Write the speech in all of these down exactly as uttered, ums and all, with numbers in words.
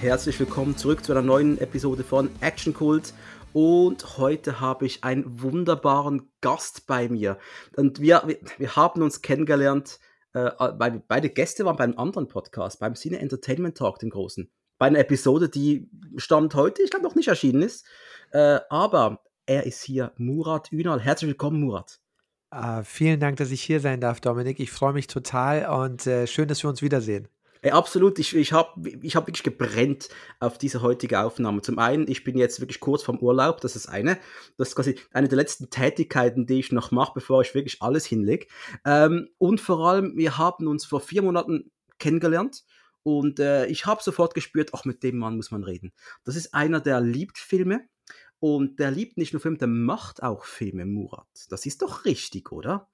herzlich willkommen zurück zu einer neuen Episode von Action Cult. Und heute habe ich einen wunderbaren Gast bei mir. Und wir, wir, wir haben uns kennengelernt, äh, weil beide Gäste waren beim anderen Podcast, beim Cine Entertainment Talk, dem großen. Bei einer Episode, die Stand heute, ich glaube, noch nicht erschienen ist. Äh, aber er ist hier, Murat Ünal. Herzlich willkommen, Murat. Ah, vielen Dank, dass ich hier sein darf, Dominik. Ich freue mich total und äh, schön, dass wir uns wiedersehen. Ey, absolut, ich, ich habe ich hab wirklich gebrennt auf diese heutige Aufnahme. Zum einen, ich bin jetzt wirklich kurz vorm Urlaub, das ist eine. Das ist quasi eine der letzten Tätigkeiten, die ich noch mache, bevor ich wirklich alles hinlege. Ähm, und vor allem, wir haben uns vor vier Monaten kennengelernt und äh, ich habe sofort gespürt, ach, mit dem Mann muss man reden. Das ist einer, der liebt Filme und der liebt nicht nur Filme, der macht auch Filme, Murat. Das ist doch richtig, oder?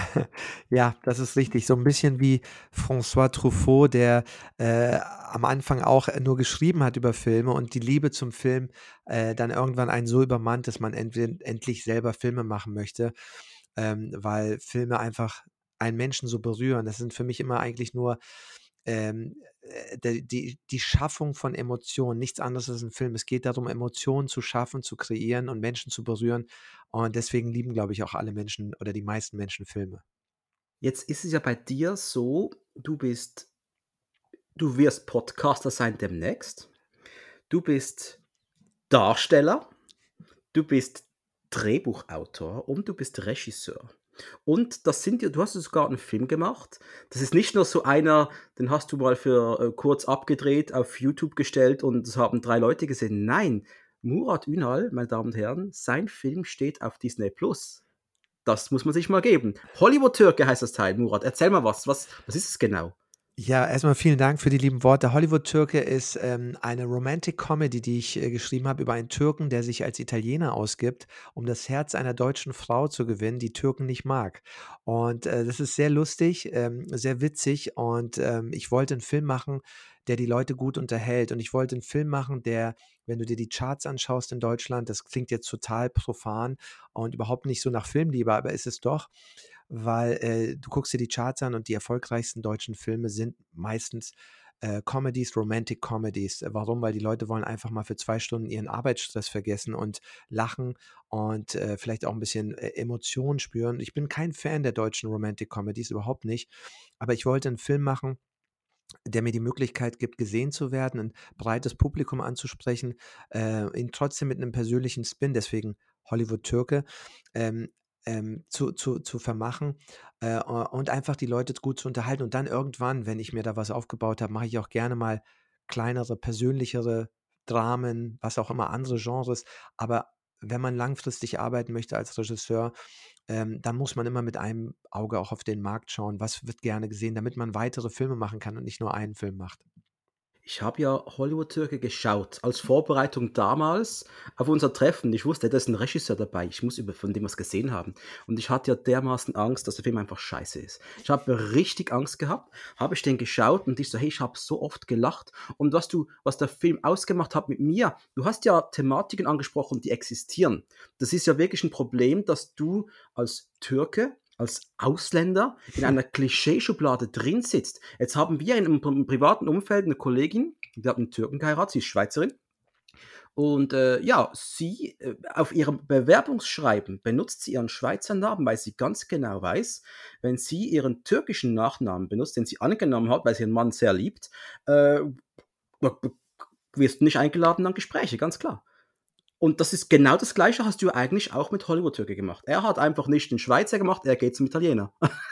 Ja, das ist richtig. So ein bisschen wie François Truffaut, der äh, am Anfang auch nur geschrieben hat über Filme und die Liebe zum Film äh, dann irgendwann einen so übermannt, dass man entwe endlich selber Filme machen möchte, ähm, weil Filme einfach einen Menschen so berühren. Das sind für mich immer eigentlich nur ähm, äh, d die die Schaffung von Emotionen, nichts anderes als ein Film. Es geht darum, Emotionen zu schaffen, zu kreieren und Menschen zu berühren. Und deswegen lieben, glaube ich, auch alle Menschen oder die meisten Menschen Filme. Jetzt ist es ja bei dir so, du bist du wirst Podcaster sein demnächst. Du bist Darsteller, du bist Drehbuchautor und du bist Regisseur. Und das sind ja du hast ja sogar einen Film gemacht. Das ist nicht nur so einer, den hast du mal für, äh, kurz abgedreht, auf YouTube gestellt und das haben drei Leute gesehen. Nein, Murat Ünal, meine Damen und Herren, sein Film steht auf Disney Plus. Das muss man sich mal geben. Hollywood-Türke heißt das Teil, Murat. Erzähl mal was. Was was ist es genau? Ja, erstmal vielen Dank für die lieben Worte. Hollywood Türke ist, ähm, eine Romantic Comedy, die ich, äh, geschrieben habe über einen Türken, der sich als Italiener ausgibt, um das Herz einer deutschen Frau zu gewinnen, die Türken nicht mag. Und, äh, das ist sehr lustig, ähm, sehr witzig und, ähm, ich wollte einen Film machen, der die Leute gut unterhält. Und ich wollte einen Film machen, der, wenn du dir die Charts anschaust in Deutschland, das klingt jetzt total profan und überhaupt nicht so nach Filmliebe, aber ist es doch, weil, äh, du guckst dir die Charts an und die erfolgreichsten deutschen Filme sind meistens, äh, Comedies, Romantic Comedies. Äh, warum? Weil die Leute wollen einfach mal für zwei Stunden ihren Arbeitsstress vergessen und lachen und, äh, vielleicht auch ein bisschen, äh, Emotionen spüren. Ich bin kein Fan der deutschen Romantic Comedies, überhaupt nicht, aber ich wollte einen Film machen, der mir die Möglichkeit gibt, gesehen zu werden, ein breites Publikum anzusprechen, äh, ihn trotzdem mit einem persönlichen Spin, deswegen Hollywood Türke, ähm, ähm, zu zu zu vermachen, äh, und einfach die Leute gut zu unterhalten. Und dann irgendwann, wenn ich mir da was aufgebaut habe, mache ich auch gerne mal kleinere, persönlichere Dramen, was auch immer, andere Genres. Aber wenn man langfristig arbeiten möchte als Regisseur, ähm, dann muss man immer mit einem Auge auch auf den Markt schauen. Was wird gerne gesehen, damit man weitere Filme machen kann und nicht nur einen Film macht. Ich habe ja Hollywood-Türke geschaut, als Vorbereitung damals auf unser Treffen. Ich wusste, da ist ein Regisseur dabei. Ich muss über von dem was gesehen haben. Und ich hatte ja dermaßen Angst, dass der Film einfach scheiße ist. Ich habe richtig Angst gehabt, habe ich den geschaut und ich so: „Hey, ich habe so oft gelacht.“ Und was du was der Film ausgemacht hat mit mir, du hast ja Thematiken angesprochen, die existieren. Das ist ja wirklich ein Problem, dass du als Türke, als Ausländer in einer Klischeeschublade drin sitzt. Jetzt haben wir in einem pri privaten Umfeld eine Kollegin, die hat einen Türken geheiratet, sie ist Schweizerin und, äh, ja, sie, äh auf ihrem Bewerbungsschreiben benutzt sie ihren Schweizer Namen, weil sie ganz genau weiß, wenn sie ihren türkischen Nachnamen benutzt, den sie angenommen hat, weil sie ihren Mann sehr liebt, äh, wirst du nicht eingeladen an Gespräche, ganz klar. Und das ist genau das Gleiche hast du eigentlich auch mit Hollywood-Türke gemacht. Er hat einfach nicht den Schweizer gemacht, er geht zum Italiener.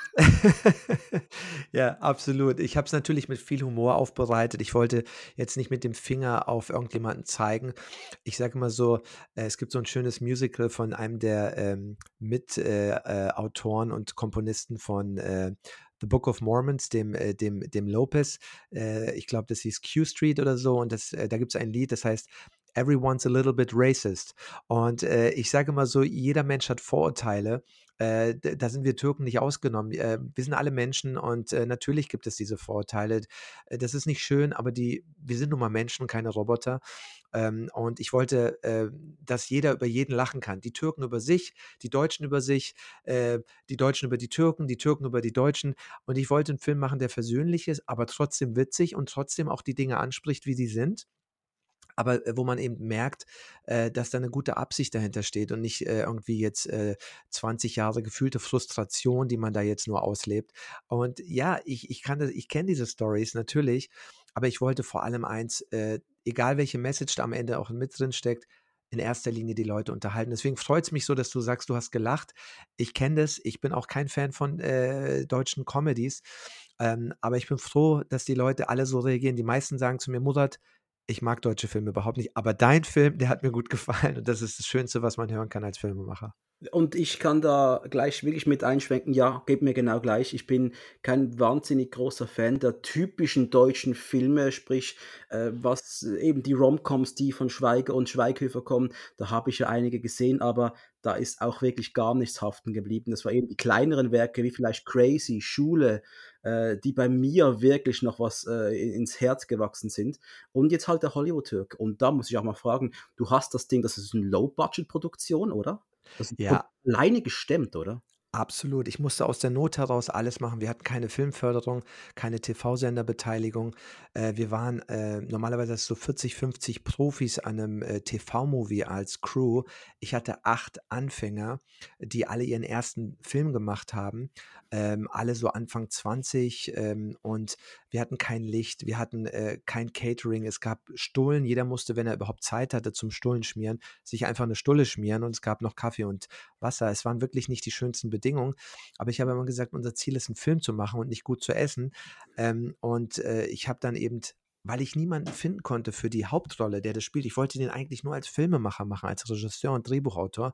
Ja, absolut. Ich habe es natürlich mit viel Humor aufbereitet. Ich wollte jetzt nicht mit dem Finger auf irgendjemanden zeigen. Ich sage immer so, äh, es gibt so ein schönes Musical von einem der, ähm, Mit äh, äh, Autoren und Komponisten von, äh, The Book of Mormons, dem äh, dem dem Lopez. Äh, ich glaube, das hieß Q Street oder so und das äh, da gibt's ein Lied, das heißt: „Everyone's a little bit racist.“ Und, äh, ich sage immer so, jeder Mensch hat Vorurteile. Äh, d Da sind wir Türken nicht ausgenommen. Äh, wir sind alle Menschen und, äh, natürlich gibt es diese Vorurteile. Äh, das ist nicht schön, aber die wir sind nun mal Menschen, keine Roboter. Ähm, und ich wollte, äh, dass jeder über jeden lachen kann. Die Türken über sich, die Deutschen über sich, äh, die Deutschen über die Türken, die Türken über die Deutschen. Und ich wollte einen Film machen, der versöhnlich ist, aber trotzdem witzig und trotzdem auch die Dinge anspricht, wie sie sind. aber äh, wo man eben merkt, äh, dass da eine gute Absicht dahinter steht und nicht äh, irgendwie jetzt äh, zwanzig Jahre gefühlte Frustration, die man da jetzt nur auslebt. Und ja, ich ich kann das ich kenne diese Stories natürlich, aber ich wollte vor allem eins, äh, egal welche Message da am Ende auch mit drin steckt, in erster Linie die Leute unterhalten. Deswegen freut es mich so, dass du sagst, du hast gelacht. Ich kenne das, ich bin auch kein Fan von äh, deutschen Comedies, ähm, aber ich bin froh, dass die Leute alle so reagieren. Die meisten sagen zu mir: „Murat, ich mag deutsche Filme überhaupt nicht, aber dein Film, der hat mir gut gefallen und das ist das Schönste, was man hören kann als Filmemacher." Und ich kann da gleich wirklich mit einschwenken, ja, geht mir genau gleich. Ich bin kein wahnsinnig großer Fan der typischen deutschen Filme, sprich, äh, was eben die Romcoms, die von Schweiger und Schweighöfer kommen, da habe ich ja einige gesehen, aber da ist auch wirklich gar nichts haften geblieben. Das war eben die kleineren Werke wie vielleicht Crazy, Schule, äh, die bei mir wirklich noch was äh, ins Herz gewachsen sind. Und jetzt halt der Hollywood-Türk. Und da muss ich auch mal fragen, du hast das Ding, das ist eine Low-Budget-Produktion, oder? Das ist von Ja, alleine gestemmt, oder? absolut. Ich musste aus der Not heraus alles machen. Wir hatten keine Filmförderung, keine T V-Senderbeteiligung. Äh, wir waren äh, normalerweise hast du so vierzig, fünfzig Profis an einem äh, T V-Movie als Crew. Ich hatte acht Anfänger, die alle ihren ersten Film gemacht haben, ähm, alle so Anfang zwanzig, ähm, und wir hatten kein Licht, wir hatten äh, kein Catering. Es gab Stullen. Jeder musste, wenn er überhaupt Zeit hatte zum Stullen schmieren, sich einfach eine Stulle schmieren und es gab noch Kaffee und Wasser. Es waren wirklich nicht die schönsten Bedingungen, aber ich habe immer gesagt, unser Ziel ist, einen Film zu machen und nicht gut zu essen. Ähm, und äh, ich habe dann eben, weil ich niemanden finden konnte für die Hauptrolle, der das spielt, ich wollte den eigentlich nur als Filmemacher machen, als Regisseur und Drehbuchautor,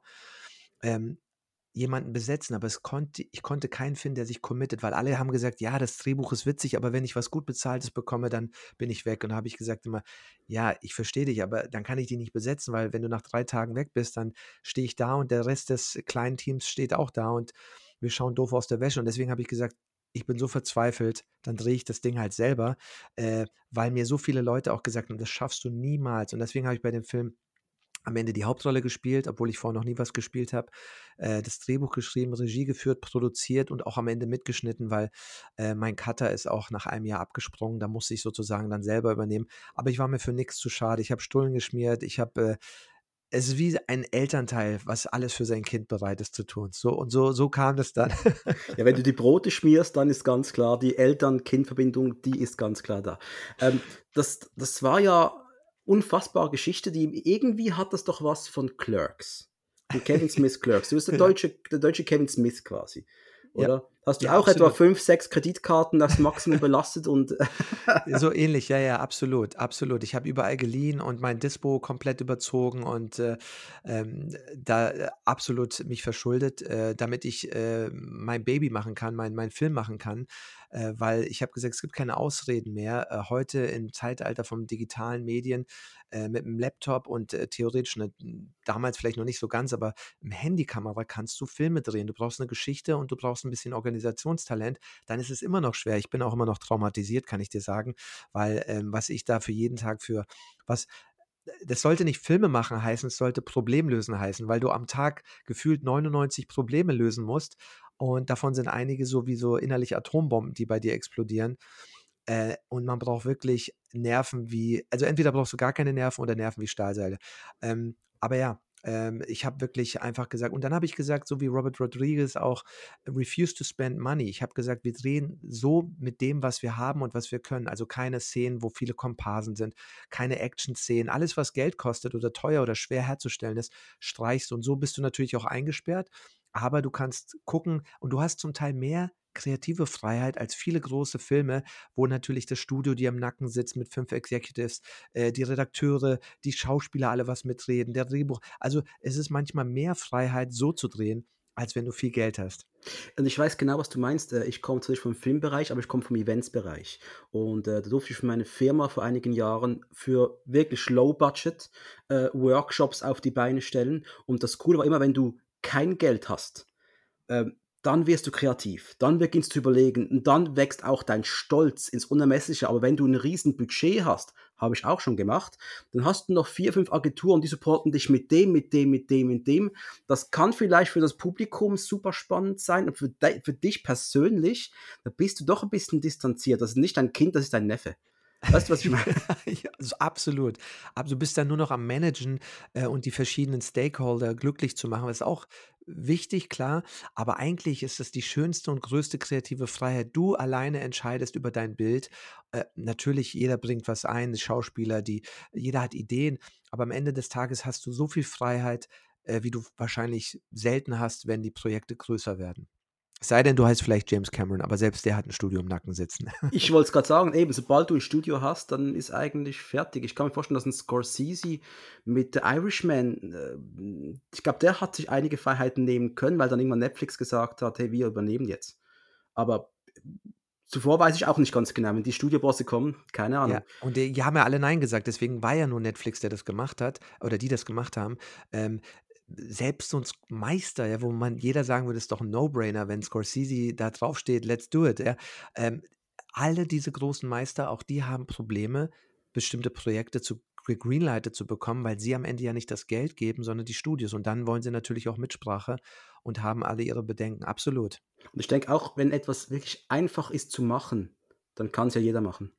ähm, jemanden besetzen, aber es konnte, ich konnte keinen finden, der sich committet, weil alle haben gesagt, ja, das Drehbuch ist witzig, aber wenn ich was gut Bezahltes bekomme, dann bin ich weg. Und da habe ich gesagt immer, ja, ich verstehe dich, aber dann kann ich die nicht besetzen, weil wenn du nach drei Tagen weg bist, dann stehe ich da und der Rest des kleinen Teams steht auch da und wir schauen doof aus der Wäsche. Und deswegen habe ich gesagt, ich bin so verzweifelt, dann drehe ich das Ding halt selber, äh, weil mir so viele Leute auch gesagt haben, das schaffst du niemals. Und deswegen habe ich bei dem Film am Ende die Hauptrolle gespielt, obwohl ich vorher noch nie was gespielt habe, äh, das Drehbuch geschrieben, Regie geführt, produziert und auch am Ende mitgeschnitten, weil äh, mein Cutter ist auch nach einem Jahr abgesprungen. Da musste ich sozusagen dann selber übernehmen. Aber ich war mir für nichts zu schade. Ich habe Stullen geschmiert. Ich habe äh, es ist wie ein Elternteil, was alles für sein Kind bereit ist zu tun. So und so, so kam das dann. Ja, wenn du die Brote schmierst, dann ist ganz klar, die Eltern-Kind-Verbindung, die ist ganz klar da. Ähm, das das war ja unfassbare Geschichte, die irgendwie hat das doch was von Clerks, von Kevin Smith Clerks. Du bist der Ja, deutsche der deutsche Kevin Smith quasi, ja, oder? Hast du ja, auch etwa absolut. fünf, sechs Kreditkarten aufs Maximum belastet und So ähnlich, ja, ja, absolut, absolut. Ich habe überall geliehen und mein Dispo komplett überzogen und, äh, ähm, da, äh, absolut mich verschuldet, äh, damit ich, äh, mein Baby machen kann, mein meinen Film machen kann, äh, weil ich habe gesagt, es gibt keine Ausreden mehr. Äh, heute im Zeitalter von digitalen Medien, äh, mit 'm Laptop und, äh, theoretisch 'ne damals vielleicht noch nicht so ganz, aber 'n Handykamera kannst du Filme drehen. Du brauchst eine Geschichte und du brauchst ein bisschen Organisationstalent, dann ist es immer noch schwer. Ich bin auch immer noch traumatisiert, kann ich dir sagen, weil, ähm, was ich da für jeden Tag für was das sollte nicht Filme machen heißen, es sollte Problemlösen heißen, weil du am Tag gefühlt neunundneunzig Probleme lösen musst und davon sind einige so wie so innerlich Atombomben, die bei dir explodieren. Äh, und man braucht wirklich Nerven wie also entweder brauchst du gar keine Nerven oder Nerven wie Stahlseile. Ähm, aber ja, ähm, ich habe wirklich einfach gesagt und dann habe ich gesagt, so wie Robert Rodriguez auch: „Refuse to spend money." Ich habe gesagt, wir drehen so mit dem, was wir haben und was wir können. Also keine Szenen, wo viele Komparsen sind, keine Action-Szenen. Alles, was Geld kostet oder teuer oder schwer herzustellen ist, streichst du. Und so bist du natürlich auch eingesperrt, aber du kannst gucken und du hast zum Teil mehr kreative Freiheit als viele große Filme, wo natürlich das Studio dir im Nacken sitzt mit fünf Executives, äh, die Redakteure, die Schauspieler alle was mitreden, der Drehbuch. Also, es ist manchmal mehr Freiheit, so zu drehen, als wenn du viel Geld hast. und ich weiß genau, was du meinst. Äh, ich komme zwar nicht vom Filmbereich, aber ich komme vom Eventsbereich. Und, äh, da durfte ich für meine Firma vor einigen Jahren für wirklich Low Budget, äh, Workshops auf die Beine stellen. Und das Coole war immer, wenn du kein Geld hast, ähm, dann wirst du kreativ. Dann beginnst du zu überlegen und dann wächst auch dein Stolz ins Unermessliche. Aber wenn du ein riesen Budget hast, habe ich auch schon gemacht, dann hast du noch vier, fünf Agenturen, die supporten dich mit dem, mit dem, mit dem, mit dem. Das kann vielleicht für das Publikum super spannend sein und für dei für dich persönlich, da bist du doch ein bisschen distanziert. Das ist nicht dein Kind, das ist dein Neffe. Weißt du, was ich meine? Ja, also absolut. Aber du bist dann nur noch am Managen, äh, und die verschiedenen Stakeholder glücklich zu machen. Das ist auch wichtig, klar, aber eigentlich ist es die schönste und größte kreative Freiheit. Du alleine entscheidest über dein Bild. Äh, natürlich, jeder bringt was ein, Schauspieler, die jeder hat Ideen, aber am Ende des Tages hast du so viel Freiheit, äh, wie du wahrscheinlich selten hast, wenn die Projekte größer werden. Es sei denn, du heißt vielleicht James Cameron, aber selbst der hat 'n Studio im Nacken sitzen. Ich wollte es grad sagen, eben, sobald du ein Studio hast, dann ist eigentlich fertig. Ich kann mir vorstellen, dass 'n Scorsese mit The Irishman, ähm ich glaube, der hat sich einige Freiheiten nehmen können, weil dann irgendwann Netflix gesagt hat: „Hey, wir übernehmen jetzt.“ Aber zuvor weiß ich auch nicht ganz genau, wenn die Studiobosse kommen, keine Ja, Ahnung. und die die haben ja alle nein gesagt, deswegen war ja nur Netflix, der das gemacht hat oder die das gemacht haben. Ähm, selbst so 'n S Meister, ja, wo man jeder sagen würde, ist doch 'n No-Brainer, wenn Scorsese da draufsteht: „Let's do it“, ja. Ähm, alle diese großen Meister, auch die haben Probleme, bestimmte Projekte zu gegreenlightet zu bekommen, weil sie am Ende ja nicht das Geld geben, sondern die Studios. Und dann wollen sie natürlich auch Mitsprache und haben alle ihre Bedenken. Absolut. Und ich denke auch, wenn etwas wirklich einfach ist zu machen, dann kann's ja jeder machen.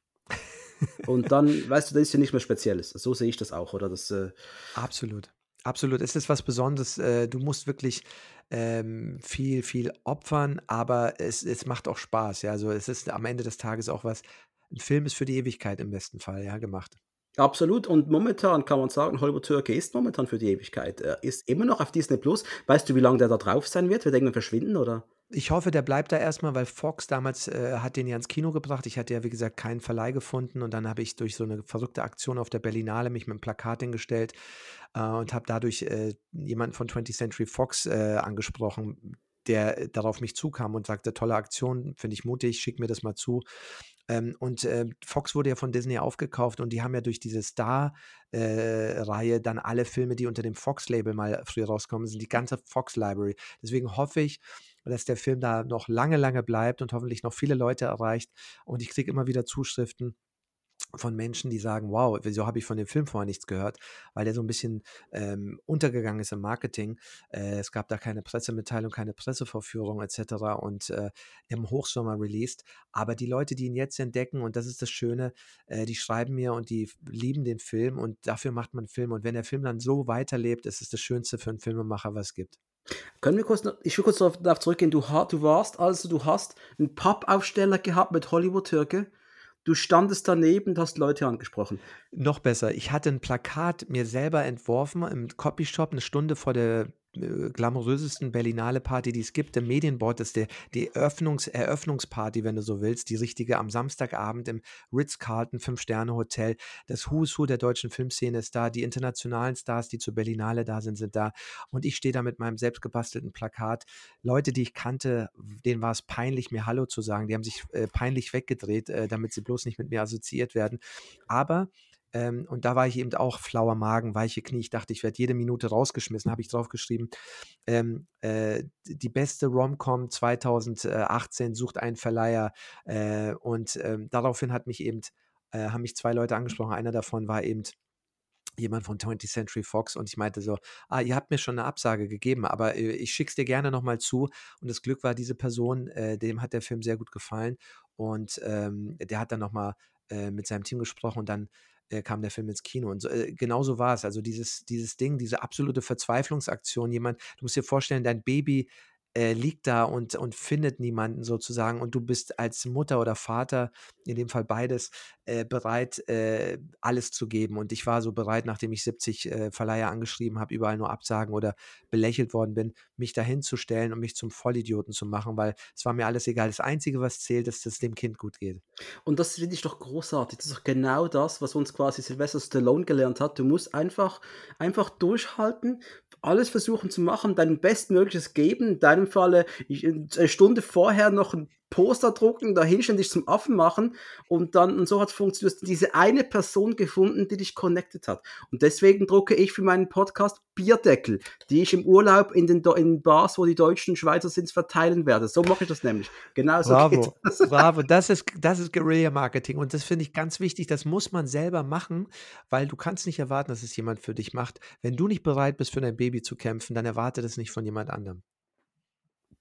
Und dann, weißt du, das ist ja nicht mehr Spezielles. So sehe ich das auch, oder? Das, äh Absolut. Absolut. Es ist was Besonderes. Äh, du musst wirklich, ähm, viel, viel opfern, aber es es macht auch Spaß, ja. Also, es ist am Ende des Tages auch was 'n Film ist für die Ewigkeit im besten Fall, ja, gemacht. Absolut, und momentan kann man sagen, Hollywood Türke ist momentan für die Ewigkeit. Er ist immer noch auf Disney Plus. Weißt du, wie lange der da drauf sein wird? Wird er irgendwann verschwinden, oder? Ich hoffe, der bleibt da erst mal, weil Fox damals, äh, hat den ja ins Kino gebracht. Ich hatte ja, wie gesagt, keinen Verleih gefunden und dann habe ich durch so 'ne verrückte Aktion auf der Berlinale mich mit'm Plakat hingestellt, äh, und habe dadurch, äh, jemanden von twentieth Century Fox, äh, angesprochen, der darauf mich zukam und sagte: „Tolle Aktion, finde ich mutig, schick mir das mal zu.“ Ähm, und, äh, Fox wurde ja von Disney aufgekauft und die haben ja durch diese Star äh, Reihe dann alle Filme, die unter dem Fox-Label mal früher rausgekommen sind, die ganze Fox-Library. Deswegen hoffe ich, dass der Film da noch lange, lange bleibt und hoffentlich noch viele Leute erreicht. Und ich kriege immer wieder Zuschriften von Menschen, die sagen: „Wow, wieso habe ich von dem Film vorher nichts gehört?“ Weil der so 'n bisschen, ähm, untergegangen ist im Marketing. Äh, es gab da keine Pressemitteilung, keine Pressevorführung et cetera und, äh, im Hochsommer released. Aber die Leute, die ihn jetzt entdecken, und das ist das Schöne, äh, die schreiben mir und die f lieben den Film und dafür macht man Film. Und wenn der Film dann so weiterlebt, ist es das Schönste für 'n Filmemacher, was es gibt. Können wir kurz noch ich will kurz darauf darauf zurückgehen. Du ha du warst also du hast 'n Pappaufsteller gehabt mit Hollywood Türke. Du standest daneben und hast Leute angesprochen. Noch besser, ich hatte 'n Plakat mir selber entworfen im Copyshop 'ne Stunde vor der, äh, glamourösesten Berlinale-Party, die es gibt, im Medienbord. Das ist der die Öffnungs Eröffnungsparty, wenn du so willst, die richtige am Samstagabend im Ritz-Carlton Fünf-Sterne-Hotel. Das Who is Who der deutschen Filmszene ist da, die internationalen Stars, die zur Berlinale da sind, sind da. Und ich stehe da mit meinem selbstgebastelten Plakat. Leute, die ich kannte, w denen war es peinlich, mir Hallo zu sagen. Die haben sich, äh, peinlich weggedreht, äh, damit sie bloß nicht mit mir assoziiert werden. Aber ähm, und da war ich eben auch flauer Magen, weiche Knie. Ich dachte, ich werde jede Minute rausgeschmissen, habe ich draufgeschrieben, ähm, äh, d die beste Rom-Com zwanzig achtzehn sucht einen Verleiher. Äh, und, ähm, daraufhin hat mich eben äh, haben mich zwei Leute angesprochen. Einer davon war eben jemand von twentieth Century Fox und ich meinte so: „Ah, ihr habt mir schon 'ne Absage gegeben, aber, äh, ich schicke es dir gerne noch mal zu.“ Und das Glück war, diese Person, äh, dem hat der Film sehr gut gefallen und, ähm, der hat dann noch mal, äh, mit seinem Team gesprochen und dann, äh, kam der Film ins Kino und so äh, genauso war es. Also, dieses dieses Ding, diese absolute Verzweiflungsaktion, jemand du musst dir vorstellen, dein Baby, äh, liegt da und und findet niemanden sozusagen und du bist als Mutter oder Vater, in dem Fall beides, äh, bereit, äh, alles zu geben. Und ich war so bereit, nachdem ich siebzig, äh, Verleiher angeschrieben habe, überall nur Absagen oder belächelt worden bin, mich da hinzustellen und mich zum Vollidioten zu machen, weil es war mir alles egal. Das Einzige, was zählt, ist, dass es dem Kind gut geht. Und das finde ich doch großartig. Das ist doch genau das, was uns quasi Sylvester Stallone gelernt hat. Du musst einfach einfach durchhalten, alles versuchen zu machen, dein Bestmögliches geben. In deinem Falle, ich äh, 'ne Stunde vorher noch 'n Poster drucken, da hinstellen, dich zum Affen machen und dann und so hat's funktioniert. Du hast diese eine Person gefunden, die dich connected hat. Und deswegen drucke ich für meinen Podcast Bierdeckel, die ich im Urlaub in den Deu in Bars, wo die Deutschen und Schweizer sind, verteilen werde. So mache ich das nämlich. Genau so geht Bravo, das. bravo. Das ist das ist Guerilla-Marketing und das finde ich ganz wichtig. Das muss man selber machen, weil du kannst nicht erwarten, dass es jemand für dich macht. Wenn du nicht bereit bist, für dein Baby zu kämpfen, dann erwarte das nicht von jemand anderem.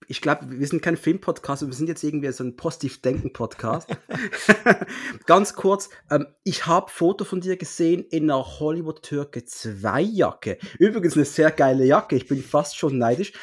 Ich glaube, wir sind kein Filmpodcast, wir sind jetzt irgendwie so ein Positiv-Denken-Podcast. Ganz kurz, ähm, ich habe Foto von dir gesehen in einer Hollywood-Türke zwei Jacke. Übrigens eine sehr geile Jacke, ich bin fast schon neidisch.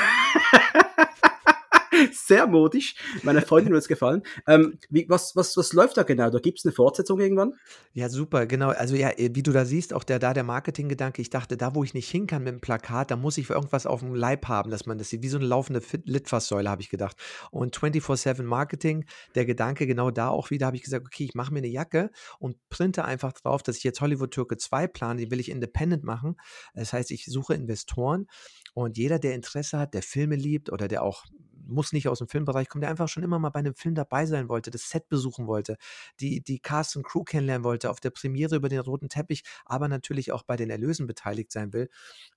Sehr modisch. Meiner Freundin wird es gefallen. Ähm, wie, was, was, was läuft da genau? Da gibt es eine Fortsetzung irgendwann? Ja, super, genau. Also ja, äh, wie du da siehst, auch der da der Marketinggedanke, ich dachte, da, wo ich nicht hin kann mit dem Plakat, da muss ich irgendwas auf dem Leib haben, dass man das sieht, wie so eine laufende Fit Litfaßsäule, habe ich gedacht. Und vierundzwanzig sieben Marketing, der Gedanke genau da auch wieder, habe ich gesagt, okay, ich mache mir eine Jacke und printe einfach drauf, dass ich jetzt Hollywood Türke zwei plane, die will ich independent machen. Das heißt, ich suche Investoren und jeder, der Interesse hat, der Filme liebt oder der auch muss nicht aus dem Filmbereich kommen, der einfach schon immer mal bei einem Film dabei sein wollte, das Set besuchen wollte, die, die Cast und Crew kennenlernen wollte, auf der Premiere über den roten Teppich, aber natürlich auch bei den Erlösen beteiligt sein will,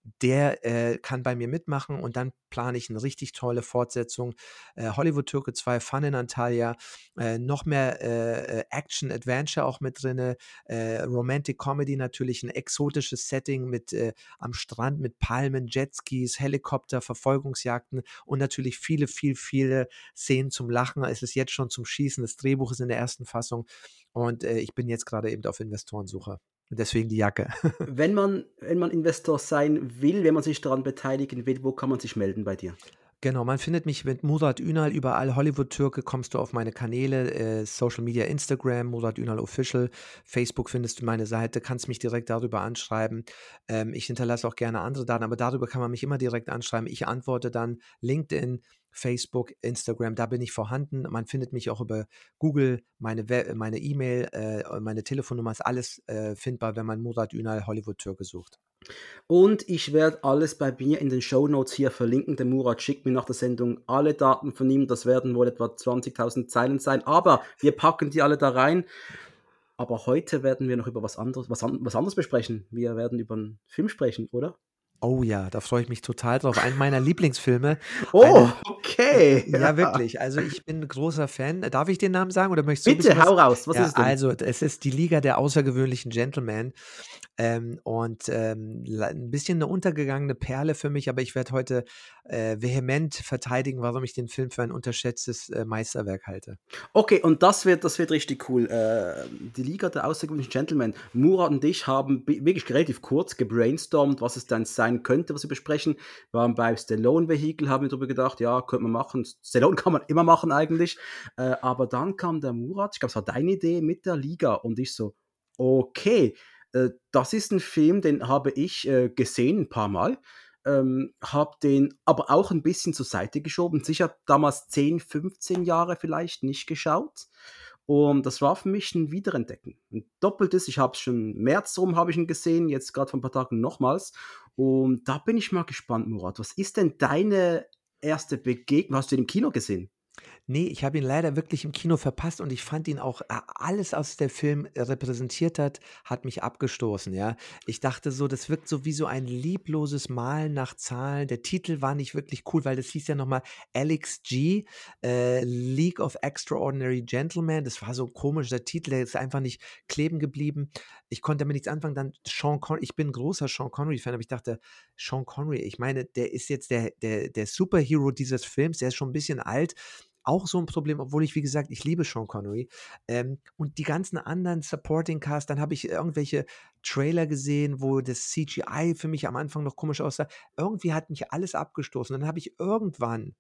der äh, kann bei mir mitmachen und dann plane ich eine richtig tolle Fortsetzung. Äh, Hollywood Türke zwei, Fun in Antalya, äh, noch mehr äh, äh, Action, Adventure auch mit drin, äh, Romantic Comedy natürlich, ein exotisches Setting mit äh, am Strand mit Palmen, Jetskis, Helikopter, Verfolgungsjagden und natürlich viele, viel, viele Szenen zum Lachen. Es ist jetzt schon zum Schießen. Das Drehbuch ist in der ersten Fassung und äh, ich bin jetzt gerade eben auf Investorensuche. Und deswegen die Jacke. Wenn man, wenn man Investor sein will, wenn man sich daran beteiligen will, wo kann man sich melden bei dir? Genau, man findet mich mit Murat Ünal überall. Hollywood-Türke kommst du auf meine Kanäle, äh, Social Media, Instagram, Murat Ünal Official, Facebook findest du meine Seite, kannst mich direkt darüber anschreiben. Ähm, ich hinterlasse auch gerne andere Daten, aber darüber kann man mich immer direkt anschreiben. Ich antworte dann LinkedIn, Facebook, Instagram, da bin ich vorhanden. Man findet mich auch über Google, meine We meine E-Mail, äh, meine Telefonnummer ist alles äh, findbar, wenn man Murat Ünal Hollywood-Türke sucht. Und ich werde alles bei mir in den Shownotes hier verlinken. Der Murat schickt mir nach der Sendung alle Daten von ihm. Das werden wohl etwa zwanzigtausend Zeilen sein. Aber wir packen die alle da rein. Aber heute werden wir noch über was anderes, was, an, was anderes besprechen. Wir werden über einen Film sprechen, oder? Oh ja, da freue ich mich total drauf. Einen meiner Lieblingsfilme, Oh, einen okay. ja, wirklich. Also, ich bin 'n großer Fan. Darf ich den Namen sagen oder möchtest du 'n Bitte, bisschen hau was? raus. Was ist Ja, es denn? also, es ist die Liga der außergewöhnlichen Gentlemen, ähm, und, ähm, la 'n bisschen eine untergegangene Perle für mich, aber ich werde heute, äh, vehement verteidigen, warum ich den Film für ein unterschätztes, äh, Meisterwerk halte. Okay, und das wird, das wird richtig cool. Äh, die Liga der außergewöhnlichen Gentlemen. Murat und ich haben bi- wirklich relativ kurz gebrainstormt, was es dann sein könnte, was wir besprechen. Wir waren bei Stallone Vehicle, haben wir darüber gedacht, ja, könnte man machen. Stallone kann man immer machen eigentlich. Äh, aber dann kam der Murat, ich glaube, es war deine Idee mit der Liga. Und ich so, okay, äh, das ist ein Film, den habe ich äh, gesehen ein paar Mal. Ähm, habe den aber auch ein bisschen zur Seite geschoben. Sicher damals zehn, fünfzehn Jahre vielleicht nicht geschaut. Und das war für mich ein Wiederentdecken. Ein doppeltes, ich habe es schon im März rum habe ich ihn gesehen, jetzt gerade vor ein paar Tagen nochmals. Und da bin ich mal gespannt, Murat. Was ist denn deine erste Begegnung? Hast du den im Kino gesehen? Ne, ich habe ihn leider wirklich im Kino verpasst und ich fand ihn auch a alles, was der Film repräsentiert hat, hat mich abgestoßen, ja. Ich dachte so, das wirkt so wie so ein liebloses Malen nach Zahlen. Der Titel war nicht wirklich cool, weil das hieß ja noch mal L X G, äh, League of Extraordinary Gentlemen. Das war so komisch, der Titel, der ist einfach nicht kleben geblieben. Ich konnte damit nichts anfangen. Dann Sean Con ich bin 'n großer Sean Connery-Fan, aber ich dachte: „Sean Connery, ich meine, der ist jetzt der der der Superhero dieses Films, der ist schon 'n bisschen alt." Auch so 'n Problem, obwohl ich, wie gesagt, ich liebe Sean Connery. Ähm, und die ganzen anderen Supporting Cast, dann habe ich irgendwelche Trailer gesehen, wo das C G I für mich am Anfang noch komisch aussah. Irgendwie hat mich alles abgestoßen. Dann habe ich irgendwann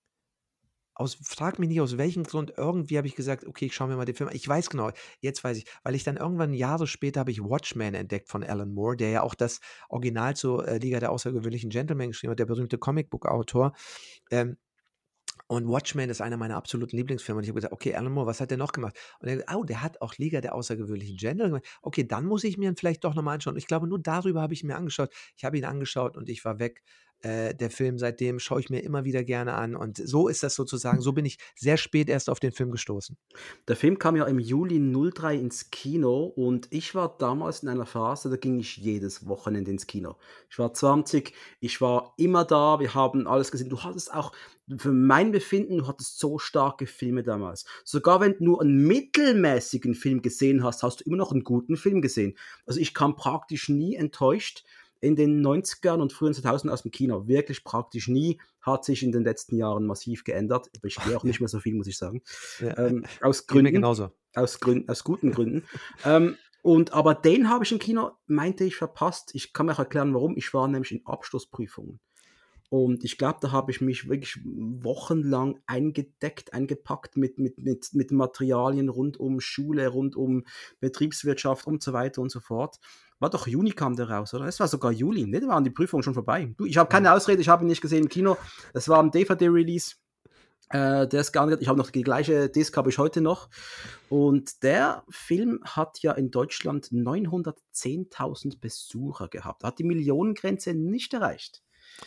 aus frage mich nicht aus welchem Grund, irgendwie habe ich gesagt: „Okay, ich schaue mir mal den Film an." Ich weiß genau, jetzt weiß ich, weil ich dann irgendwann Jahre später habe ich Watchmen entdeckt von Alan Moore, der ja auch das Original zur, äh, Liga der außergewöhnlichen Gentlemen geschrieben hat, der berühmte Comicbook-Autor. Ähm, und Watchmen ist einer meiner absoluten Lieblingsfilme und ich habe gesagt: „Okay, Alan Moore, was hat der noch gemacht?" Und er: „Oh, der hat auch Liga der außergewöhnlichen Gentlemen gemacht. Okay, dann muss ich mir ihn vielleicht doch noch mal anschauen." Und ich glaube, nur darüber habe ich ihn mir angeschaut. Ich habe ihn angeschaut und ich war weg. Äh, der Film seitdem schaue ich mir immer wieder gerne an und so ist das sozusagen so bin ich sehr spät erst auf den Film gestoßen. Der Film kam ja im Juli null drei ins Kino und ich war damals in einer Phase, da ging ich jedes Wochenende ins Kino. Ich war zwanzig, ich war immer da, wir haben alles gesehen. Du hattest auch, für mein Befinden, du hattest so starke Filme damals. Sogar wenn du nur einen mittelmäßigen Film gesehen hast, hast du immer noch einen guten Film gesehen. Also ich kam praktisch nie enttäuscht. in den neunzigern und frühen zweitausendern aus dem Kino. Wirklich praktisch nie. Hat sich in den letzten Jahren massiv geändert. Aber ich gehe auch nicht mehr so viel, muss ich sagen. Ja, Ähm, aus geht mir Gründen. genauso. Aus Gründen, aus guten Gründen. Ähm, und aber den habe ich im Kino, meinte ich, verpasst. Ich kann mir auch erklären, warum. Ich war nämlich in Abschlussprüfungen. Und ich glaube, da habe ich mich wirklich wochenlang eingedeckt, eingepackt mit, mit, mit, mit Materialien rund um Schule, rund um Betriebswirtschaft und so weiter und so fort. War doch Juni kam der raus, oder? Es war sogar Juli, ne? Da waren die Prüfungen schon vorbei. Du, ich habe keine Ausrede, ich habe ihn nicht gesehen im Kino. Das war ein D V D-Release. Äh, der ist gar nicht, ich habe noch die gleiche Disc, habe ich heute noch. Und der Film hat ja in Deutschland neunhundertzehntausend Besucher gehabt. Hat die Millionengrenze nicht erreicht.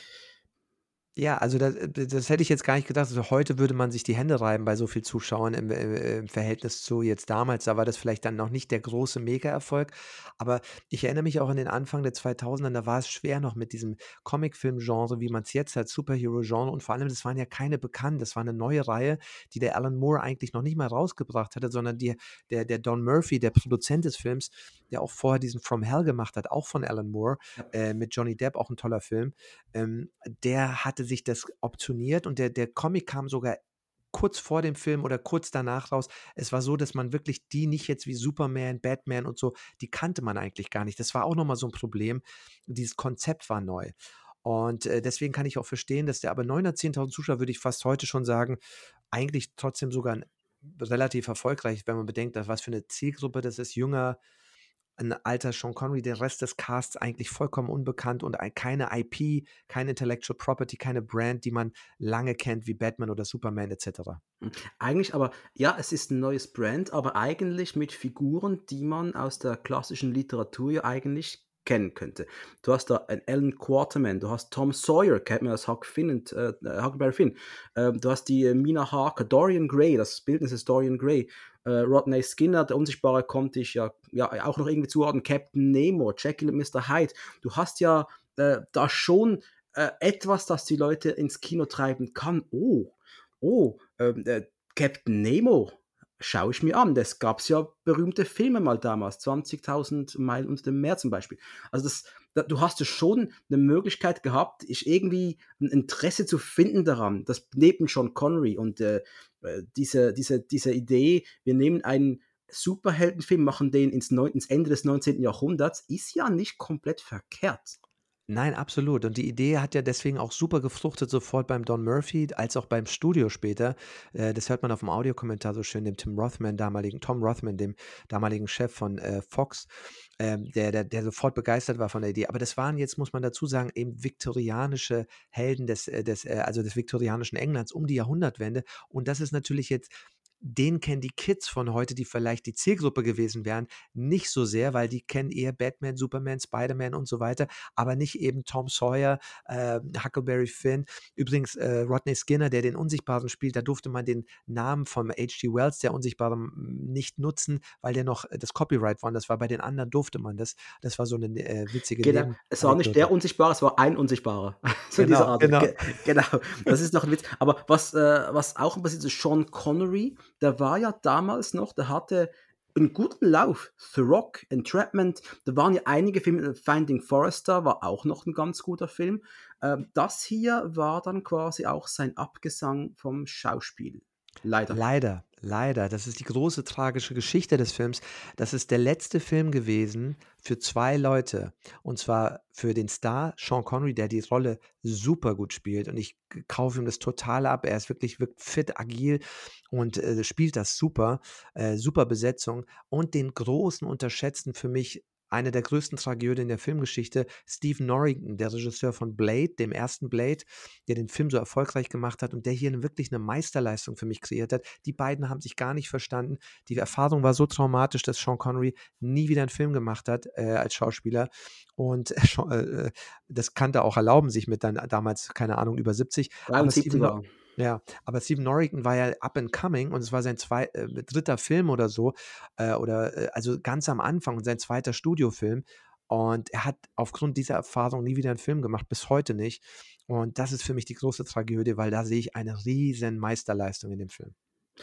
Ja, also das, äh, das hätte ich jetzt gar nicht gedacht. Also heute würde man sich die Hände reiben bei so viel Zuschauern im, äh, im Verhältnis zu jetzt damals. Da war das vielleicht dann noch nicht der große Mega-Erfolg. Aber ich erinnere mich auch an den Anfang der zweitausender, da war es schwer noch mit diesem Comicfilm-Genre, wie man es jetzt hat, Superhero-Genre. Und vor allem, das waren ja keine bekannten. Das war eine neue Reihe, die der Alan Moore eigentlich noch nicht mal rausgebracht hatte, sondern die, der, der Don Murphy, der Produzent des Films, der auch vorher diesen From Hell gemacht hat, auch von Alan Moore, äh, mit Johnny Depp, auch ein toller Film. Ähm, der hatte sich das optioniert und der, der Comic kam sogar kurz vor dem Film oder kurz danach raus. Es war so, dass man wirklich die nicht jetzt wie Superman, Batman und so, die kannte man eigentlich gar nicht. Das war auch nochmal so ein Problem. Dieses Konzept war neu. Und äh, deswegen kann ich auch verstehen, dass der aber neunhundertzehntausend Zuschauer, würde ich fast heute schon sagen, eigentlich trotzdem sogar ein, relativ erfolgreich, wenn man bedenkt, dass was für eine Zielgruppe das ist, jünger, ein alter Sean Connery, der Rest des Casts eigentlich vollkommen unbekannt und ein, keine I P, keine Intellectual Property, keine Brand, die man lange kennt wie Batman oder Superman et cetera. Eigentlich aber, ja, es ist ein neues Brand, aber eigentlich mit Figuren, die man aus der klassischen Literatur ja eigentlich kennen könnte. Du hast da einen Alan Quaterman, du hast Tom Sawyer, kennt man als Huck Finn und äh, Huckleberry Finn. Ähm, du hast die äh, Mina Harker, Dorian Gray, das Bildnis ist Dorian Gray. Äh, Rodney Skinner, der Unsichtbare, konnte ich ja, ja auch noch irgendwie zuordnen. Captain Nemo, Jekyll und Mister Hyde. Du hast ja äh, da schon äh, etwas, das die Leute ins Kino treiben kann. Oh, oh, ähm, äh, Captain Nemo, schaue ich mir an. Das gab es ja berühmte Filme mal damals, zwanzigtausend Meilen unter dem Meer zum Beispiel. Also das, da, du hast ja schon eine Möglichkeit gehabt, ich irgendwie ein Interesse zu finden daran, dass neben Sean Connery und äh, äh, diese, diese, diese Idee, wir nehmen einen Superheldenfilm, machen den ins, neun, ins Ende des neunzehnten Jahrhunderts, ist ja nicht komplett verkehrt. Nein, absolut. Und die Idee hat ja deswegen auch super gefruchtet, sofort beim Don Murphy, als auch beim Studio später. Äh, das hört man auf dem Audiokommentar so schön, dem Tim Rothman, damaligen, Tom Rothman, dem damaligen Chef von äh, Fox, ähm, der, der, der sofort begeistert war von der Idee. Aber das waren jetzt, muss man dazu sagen, eben viktorianische Helden des, äh, des, äh, also des viktorianischen Englands um die Jahrhundertwende. Und das ist natürlich jetzt, den kennen die Kids von heute, die vielleicht die Zielgruppe gewesen wären, nicht so sehr, weil die kennen eher Batman, Superman, Spider-Man und so weiter, aber nicht eben Tom Sawyer, äh, Huckleberry Finn. Übrigens, äh, Rodney Skinner, der den Unsichtbaren spielt, da durfte man den Namen vom H G Wells, der Unsichtbare, nicht nutzen, weil der noch äh, das Copyright war. Und das war bei den anderen durfte man das. Das war so eine äh, witzige Genau, es war nicht der Nebenanekdote. Unsichtbare, es war ein Unsichtbarer. So in dieser Genau, Art. genau. Ge genau, das ist noch ein Witz. Aber was, äh, was auch ein bisschen ist, Sean Connery, der war ja damals noch, der hatte einen guten Lauf. The Rock, Entrapment, da waren ja einige Filme, Finding Forrester war auch noch ein ganz guter Film. Ähm, das hier war dann quasi auch sein Abgesang vom Schauspiel. Leider. Leider, leider. Das ist die große tragische Geschichte des Films. Das ist der letzte Film gewesen für zwei Leute. Und zwar für den Star Sean Connery, der die Rolle super gut spielt. Und ich k- kaufe ihm das total ab. Er ist wirklich, wirkt fit, agil und äh, spielt das super. Äh, super Besetzung. Und den großen, unterschätzten für mich. Eine der größten Tragödien der Filmgeschichte, Steve Norrington, der Regisseur von Blade, dem ersten Blade, der den Film so erfolgreich gemacht hat und der hier wirklich eine Meisterleistung für mich kreiert hat. Die beiden haben sich gar nicht verstanden. Die Erfahrung war so traumatisch, dass Sean Connery nie wieder einen Film gemacht hat äh, als Schauspieler. Und äh, Sean- äh, das kannte auch erlauben, sich mit dann damals, keine Ahnung, über siebzig. Aber Stephen, dreiundsiebzig Nor- war er. ja, aber Stephen Norrington war ja up and coming und es war sein zwei, äh, dritter Film oder so, äh, oder äh, also ganz am Anfang und sein zweiter Studiofilm. Und er hat aufgrund dieser Erfahrung nie wieder einen Film gemacht, bis heute nicht. Und das ist für mich die große Tragödie, weil da sehe ich eine riesen Meisterleistung in dem Film.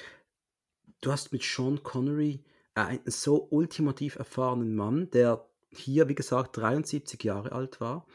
Du hast mit Sean Connery äh, einen so ultimativ erfahrenen Mann, der hier, wie gesagt, dreiundsiebzig Jahre alt war.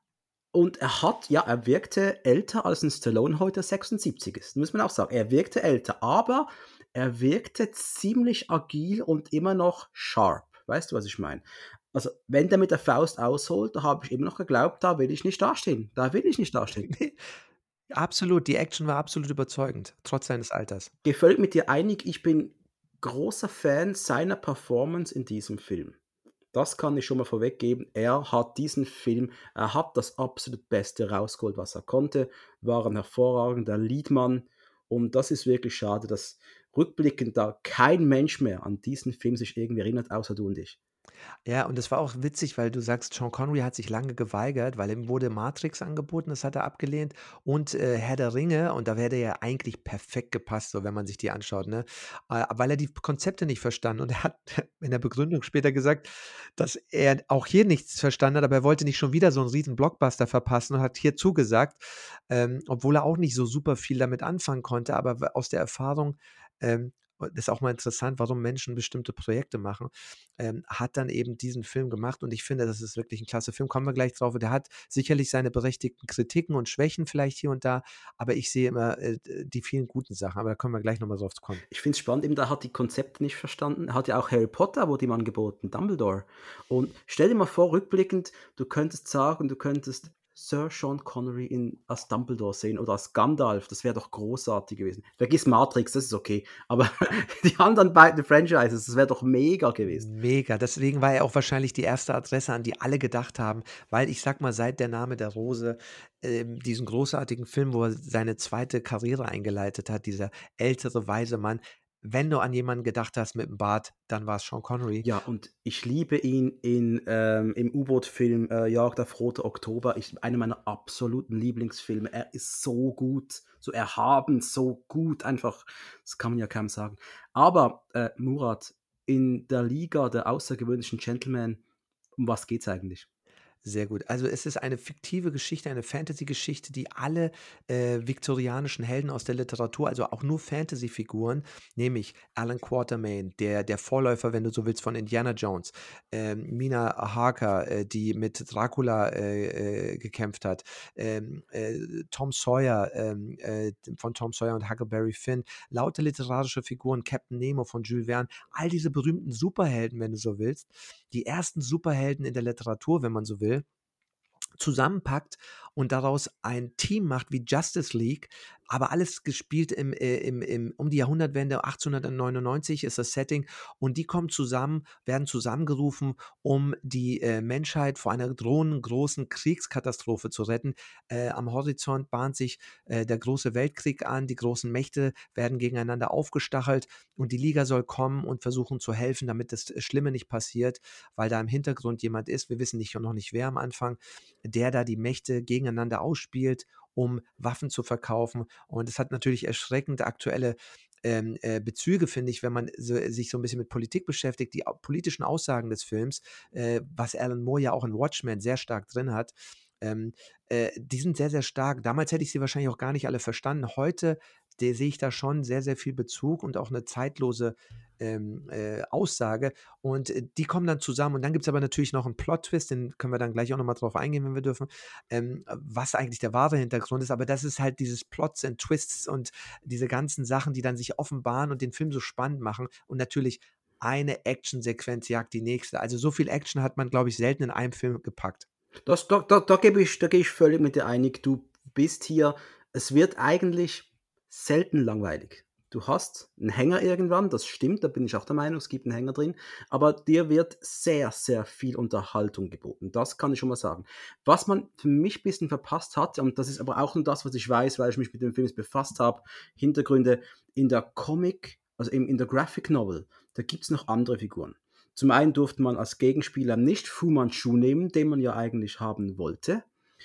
Und er hat ja, er wirkte älter als 'n Stallone heute sechsundsiebzig ist, muss man auch sagen. Er wirkte älter, aber er wirkte ziemlich agil und immer noch sharp. Weißt du, was ich meine? Also, wenn der mit der Faust ausholt, da habe ich immer noch geglaubt, da will ich nicht dastehen. Da will ich nicht dastehen. Ne, absolut, die Action war absolut überzeugend, trotz seines Alters. Gehe völlig mit dir einig, ich bin großer Fan seiner Performance in diesem Film. Das kann ich schon mal vorweggeben. Er hat diesen Film er hat das absolut Beste rausgeholt, was er konnte, war 'n hervorragender Leadmann und das ist wirklich schade, dass rückblickend da kein Mensch mehr an diesen Film sich irgendwie erinnert, außer du und ich. Ja, und das war auch witzig, weil du sagst, Sean Connery hat sich lange geweigert, weil ihm wurde Matrix angeboten, das hat er abgelehnt und, äh, Herr der Ringe und da wäre der ja eigentlich perfekt gepasst, so wenn man sich die anschaut, ne? Äh, weil er die Konzepte nicht verstanden und er hat in der Begründung später gesagt, dass er auch hier nichts verstanden hat, aber er wollte nicht schon wieder so 'n riesen Blockbuster verpassen und hat hier zugesagt, ähm, obwohl er auch nicht so super viel damit anfangen konnte, aber w aus der Erfahrung, ähm ist auch mal interessant, warum Menschen bestimmte Projekte machen, ähm, hat dann eben diesen Film gemacht und ich finde, das ist wirklich 'n klasse Film, kommen wir gleich drauf und der hat sicherlich seine berechtigten Kritiken und Schwächen vielleicht hier und da, aber ich sehe immer, äh, d die vielen guten Sachen, aber da können wir gleich noch mal drauf zu kommen. Ich finde es spannend, eben der hat die Konzepte nicht verstanden. Er hat ja auch Harry Potter wurde ihm angeboten, Dumbledore. Und stell dir mal vor, rückblickend, du könntest sagen, du könntest Sir Sean Connery in als Dumbledore sehen oder als Gandalf, das wäre doch großartig gewesen. Vergiss Matrix, das ist okay, aber die anderen beiden Franchises, das wäre doch mega gewesen. Mega, deswegen war er auch wahrscheinlich die erste Adresse, an die alle gedacht haben, weil ich sage mal, seit „Der Name der Rose“, ähm, diesen großartigen Film, wo er seine zweite Karriere eingeleitet hat, dieser ältere, weise Mann. Wenn du an jemanden gedacht hast mit 'm Bart, dann war's Sean Connery. Ja, und ich liebe ihn in, ähm im U-Boot-Film, äh, „Jagd auf Roter Oktober“, ist einer meiner absoluten Lieblingsfilme. Er ist so gut, so erhaben, so gut, einfach, das kann man ja kaum sagen. Aber, äh, Murat, in der Liga der außergewöhnlichen Gentlemen, um was geht's eigentlich? Sehr gut. Also, es ist eine fiktive Geschichte, eine Fantasy-Geschichte, die alle, äh, viktorianischen Helden aus der Literatur, also auch nur Fantasyfiguren, nämlich Alan Quatermain, der der Vorläufer, wenn du so willst, von Indiana Jones, ähm, Mina Harker, äh, die mit Dracula, äh, äh, gekämpft hat, ähm, äh, Tom Sawyer, ähm, äh, von Tom Sawyer und Huckleberry Finn, lauter literarische Figuren, Captain Nemo von Jules Verne, all diese berühmten Superhelden, wenn du so willst, die ersten Superhelden in der Literatur, wenn man so will, zusammenpackt und daraus ein Team macht wie Justice League, aber alles gespielt im äh, im im um die Jahrhundertwende, achtzehnhundertneunundneunzig ist das Setting und die kommen zusammen, werden zusammengerufen, um die, äh, Menschheit vor einer drohenden großen Kriegskatastrophe zu retten. Äh, am Horizont bahnt sich, äh, der große Weltkrieg an, die großen Mächte werden gegeneinander aufgestachelt und die Liga soll kommen und versuchen zu helfen, damit das Schlimme nicht passiert, weil da im Hintergrund jemand ist, wir wissen nicht noch nicht wer am Anfang, der da die Mächte gegeneinander ausspielt, um Waffen zu verkaufen. Und es hat natürlich erschreckend aktuelle, ähm, äh, Bezüge, finde ich, wenn man so sich so 'n bisschen mit Politik beschäftigt. Die au politischen Aussagen des Films, äh, was Alan Moore ja auch in Watchmen sehr stark drin hat, ähm, äh, die sind sehr, sehr stark. Damals hätte ich sie wahrscheinlich auch gar nicht alle verstanden. Heute, de sehe ich da schon sehr, sehr viel Bezug und auch 'ne zeitlose, ähm, äh, Aussage und, äh, die kommen dann zusammen und dann gibt's aber natürlich noch 'n Plot-Twist, den können wir dann gleich auch noch mal drauf eingehen, wenn wir dürfen, ähm, was eigentlich der wahre Hintergrund ist, aber das ist halt dieses Plots and Twists und diese ganzen Sachen, die dann sich offenbaren und den Film so spannend machen und natürlich eine Actionsequenz jagt die nächste. Also, so viel Action hat man, glaube ich, selten in einem Film gepackt. Das da da da gebe ich da gehe ich völlig mit dir einig. Du bist hier es wird eigentlich selten langweilig. Du hast 'n Hänger irgendwann, das stimmt, da bin ich auch der Meinung, es gibt 'n Hänger drin, aber dir wird sehr, sehr viel Unterhaltung geboten. Das kann ich schon mal sagen. Was man für mich bisschen verpasst hat, und das ist aber auch nur das, was ich weiß, weil ich mich mit dem Film jetzt befasst habe, Hintergründe in der Comic also in in der Graphic Novel, da gibt's noch andere Figuren. Zum einen durfte man als Gegenspieler nicht Fu Manchu nehmen, den man ja eigentlich haben wollte.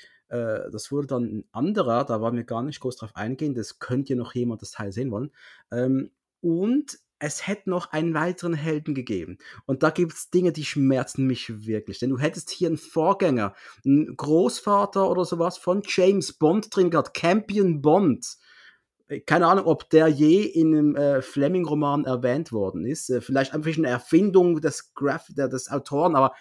Äh, das wurde dann 'n anderer, da wollen wir gar nicht groß drauf eingehen, das könnte ja noch jemand das Teil sehen wollen. Ähm, und es hätte noch einen weiteren Helden gegeben. Und da gibt's Dinge, die schmerzen mich wirklich, denn du hättest hier 'n Vorgänger, 'n Großvater oder so was von James Bond drin gehabt, Campion Bond. Äh, keine Ahnung, ob der je in 'nem, äh, Fleming-Roman erwähnt worden ist. Äh, vielleicht einfach 'ne Erfindung des Graph der des Autoren, aber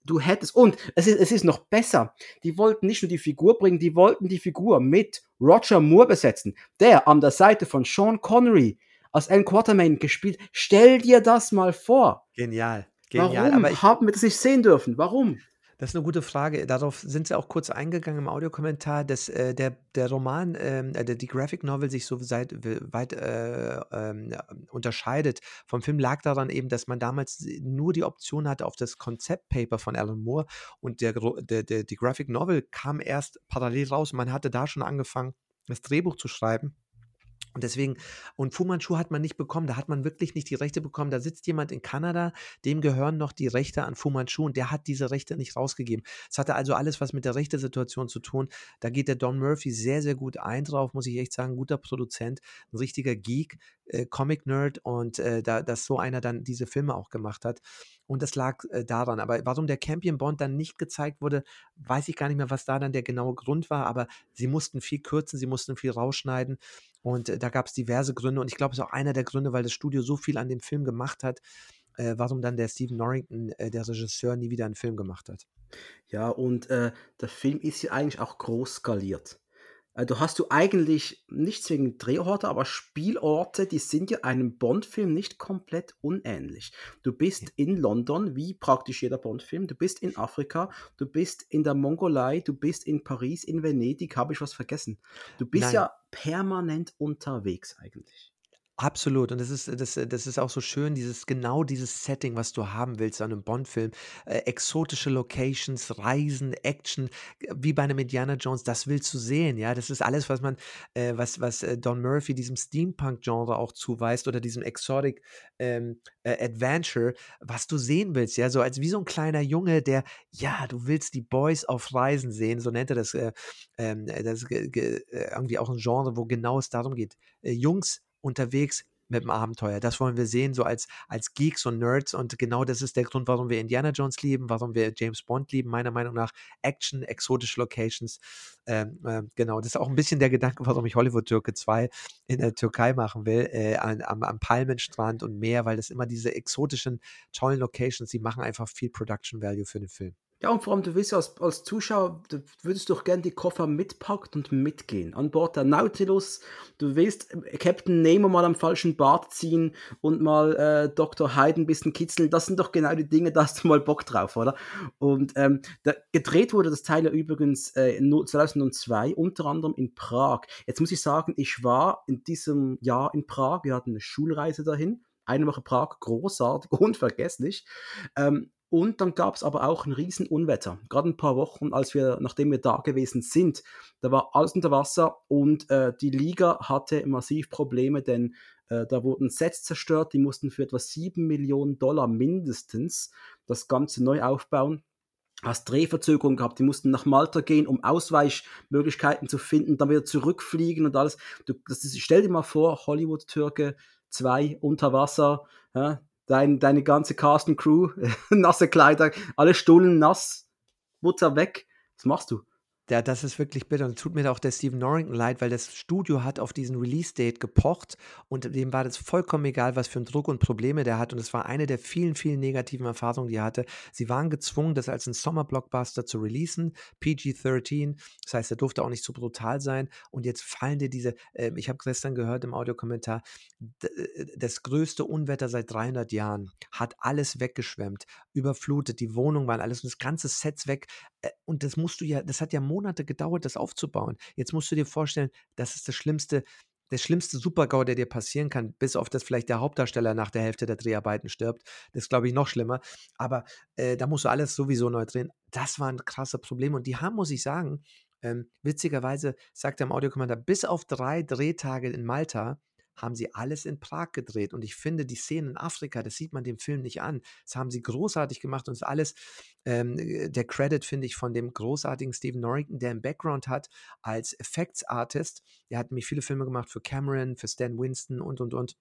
Du hättest, und es ist, es ist noch besser, die wollten nicht nur die Figur bringen, die wollten die Figur mit Roger Moore besetzen, der an der Seite von Sean Connery als Alan Quatermain gespielt. Stell dir das mal vor. Genial, genial. Aber Warum ich haben wir das nicht sehen dürfen? Warum? Das ist 'ne gute Frage. Darauf sind Sie auch kurz eingegangen im Audiokommentar, dass, äh, der der Roman, ähm, äh, der die Graphic Novel sich so seit w weit, äh, ähm, ja, unterscheidet vom Film, lag daran eben, dass man damals nur die Option hatte auf das Konzeptpaper von Alan Moore und der gro der der die Graphic Novel kam erst parallel raus. Man hatte da schon angefangen, das Drehbuch zu schreiben. Und deswegen und Fu Manchu hat man nicht bekommen. Da hat man wirklich nicht die Rechte bekommen. Da sitzt jemand in Kanada, dem gehören noch die Rechte an Fu Manchu und der hat diese Rechte nicht rausgegeben. Es hatte also alles was mit der Rechtesituation zu tun. Da geht der Don Murphy sehr, sehr gut ein drauf, muss ich echt sagen. Guter Produzent, 'n richtiger Geek, äh, Comic-Nerd und, äh, da dass so einer dann diese Filme auch gemacht hat. Und das lag, äh, daran. Aber warum der Campion Bond dann nicht gezeigt wurde, weiß ich gar nicht mehr, was da dann der genaue Grund war, aber sie mussten viel kürzen, sie mussten viel rausschneiden und, äh, da gab's diverse Gründe und ich glaube, es ist auch einer der Gründe, weil das Studio so viel an dem Film gemacht hat, äh, warum dann der Stephen Norrington, äh, der Regisseur, nie wieder 'n Film gemacht hat. Ja, und, äh, der Film ist ja eigentlich auch groß skaliert. Äh, du hast du eigentlich nicht zwingend Drehorte, aber Spielorte, die sind ja einem Bond-Film nicht komplett unähnlich. Du Ja. bist in London, wie praktisch jeder Bond-Film, du bist in Afrika, du bist in der Mongolei, du bist in Paris, in Venedig. Habe ich was vergessen? Du bist Nein. ja permanent unterwegs eigentlich. Absolut und das ist das das ist auch so schön, dieses genau dieses Setting, was du haben willst an 'nem Bond-Film. Äh, exotische Locations, Reisen, Action, wie bei 'nem Indiana Jones, das willst du sehen, ja? Das ist alles, was man äh, was was, äh, Don Murphy diesem Steampunk-Genre auch zuweist oder diesem Exotic, ähm, äh, Adventure, was du sehen willst, ja, so als wie so 'n kleiner Junge, der ja, du willst die Boys auf Reisen sehen, so nennt er das, äh, ähm, das ge ge äh, irgendwie auch 'n Genre, wo genau es darum geht. Äh, Jungs unterwegs mit'm Abenteuer. Das wollen wir sehen, so als als Geeks und Nerds und genau das ist der Grund, warum wir Indiana Jones lieben, warum wir James Bond lieben, meiner Meinung nach. Action, exotische Locations, ähm, ähm, genau. Das ist auch 'n bisschen der Gedanke, warum ich Hollywood-Türke zwei in der Türkei machen will, äh, an am am Palmenstrand und Meer, weil das immer diese exotischen, tollen Locations, die machen einfach viel Production Value für den Film. Ja, und vor allem, du willst ja als als Zuschauer du würdest doch gern die Koffer mitpacken und mitgehen. An Bord der Nautilus. Du willst, äh, Captain Nemo mal am falschen Bart ziehen und mal, äh, Doktor Hyde 'n bisschen kitzeln. Das sind doch genau die Dinge, da hast du mal Bock drauf, oder? Und, ähm, da gedreht wurde das Teil ja übrigens, äh, nur zweitausendzwei, unter anderem in Prag. Jetzt muss ich sagen, ich war in diesem Jahr in Prag. Wir hatten 'ne Schulreise dahin. Eine Woche Prag, großartig, unvergesslich. Ähm, und dann gab's aber auch 'n Riesenunwetter. Grad 'n paar Wochen, als wir nachdem wir da gewesen sind, da war alles unter Wasser und, äh, die Liga hatte massiv Probleme, denn, äh, da wurden Sets zerstört, die mussten für etwa sieben Millionen Dollar mindestens das Ganze neu aufbauen. Hast Drehverzögerung gehabt, die mussten nach Malta gehen, um Ausweichmöglichkeiten zu finden, dann wieder zurückfliegen und alles. Du das ist stell dir mal vor, Hollywood-Türke zwei unter Wasser, ja? Dein deine ganze Cast und Crew, nasse Kleider, alle Stullen nass, Butter weg. Was machst du? Ja, das ist wirklich bitter und tut mir da auch der Stephen Norrington leid, weil das Studio hat auf diesen Release-Date gepocht und dem war das vollkommen egal, was für 'n Druck und Probleme der hat und es war eine der vielen, vielen negativen Erfahrungen, die er hatte. Sie waren gezwungen, das als 'n Sommer-Blockbuster zu releasen, PG thirteen. Das heißt, er durfte auch nicht zu brutal sein und jetzt fallen dir diese ähm, ich habe gestern gehört im Audiokommentar, d äh, das größte Unwetter seit dreihundert Jahren hat alles weggeschwemmt, überflutet, die Wohnungen waren alles und das ganze Sets weg. Äh, und das musst du ja das hat ja Monate gedauert, das aufzubauen. Jetzt musst du dir vorstellen, das ist das schlimmste der schlimmste Super-GAU, der dir passieren kann, bis auf dass vielleicht der Hauptdarsteller nach der Hälfte der Dreharbeiten stirbt. Das ist, glaube ich, noch schlimmer. Aber, äh, da musst du alles sowieso neu drehen. Das war 'n krasse Problem und die haben, muss ich sagen, ähm, witzigerweise sagt er im Audiokommentar, bis auf drei Drehtage in Malta haben sie alles in Prag gedreht und ich finde die Szenen in Afrika, das sieht man dem Film nicht an. Das haben sie großartig gemacht und ist alles ähm, äh, der Credit finde ich von dem großartigen Stephen Norrington, der 'n Background hat als Effects Artist. Der hat nämlich viele Filme gemacht für Cameron, für Stan Winston und, und, und.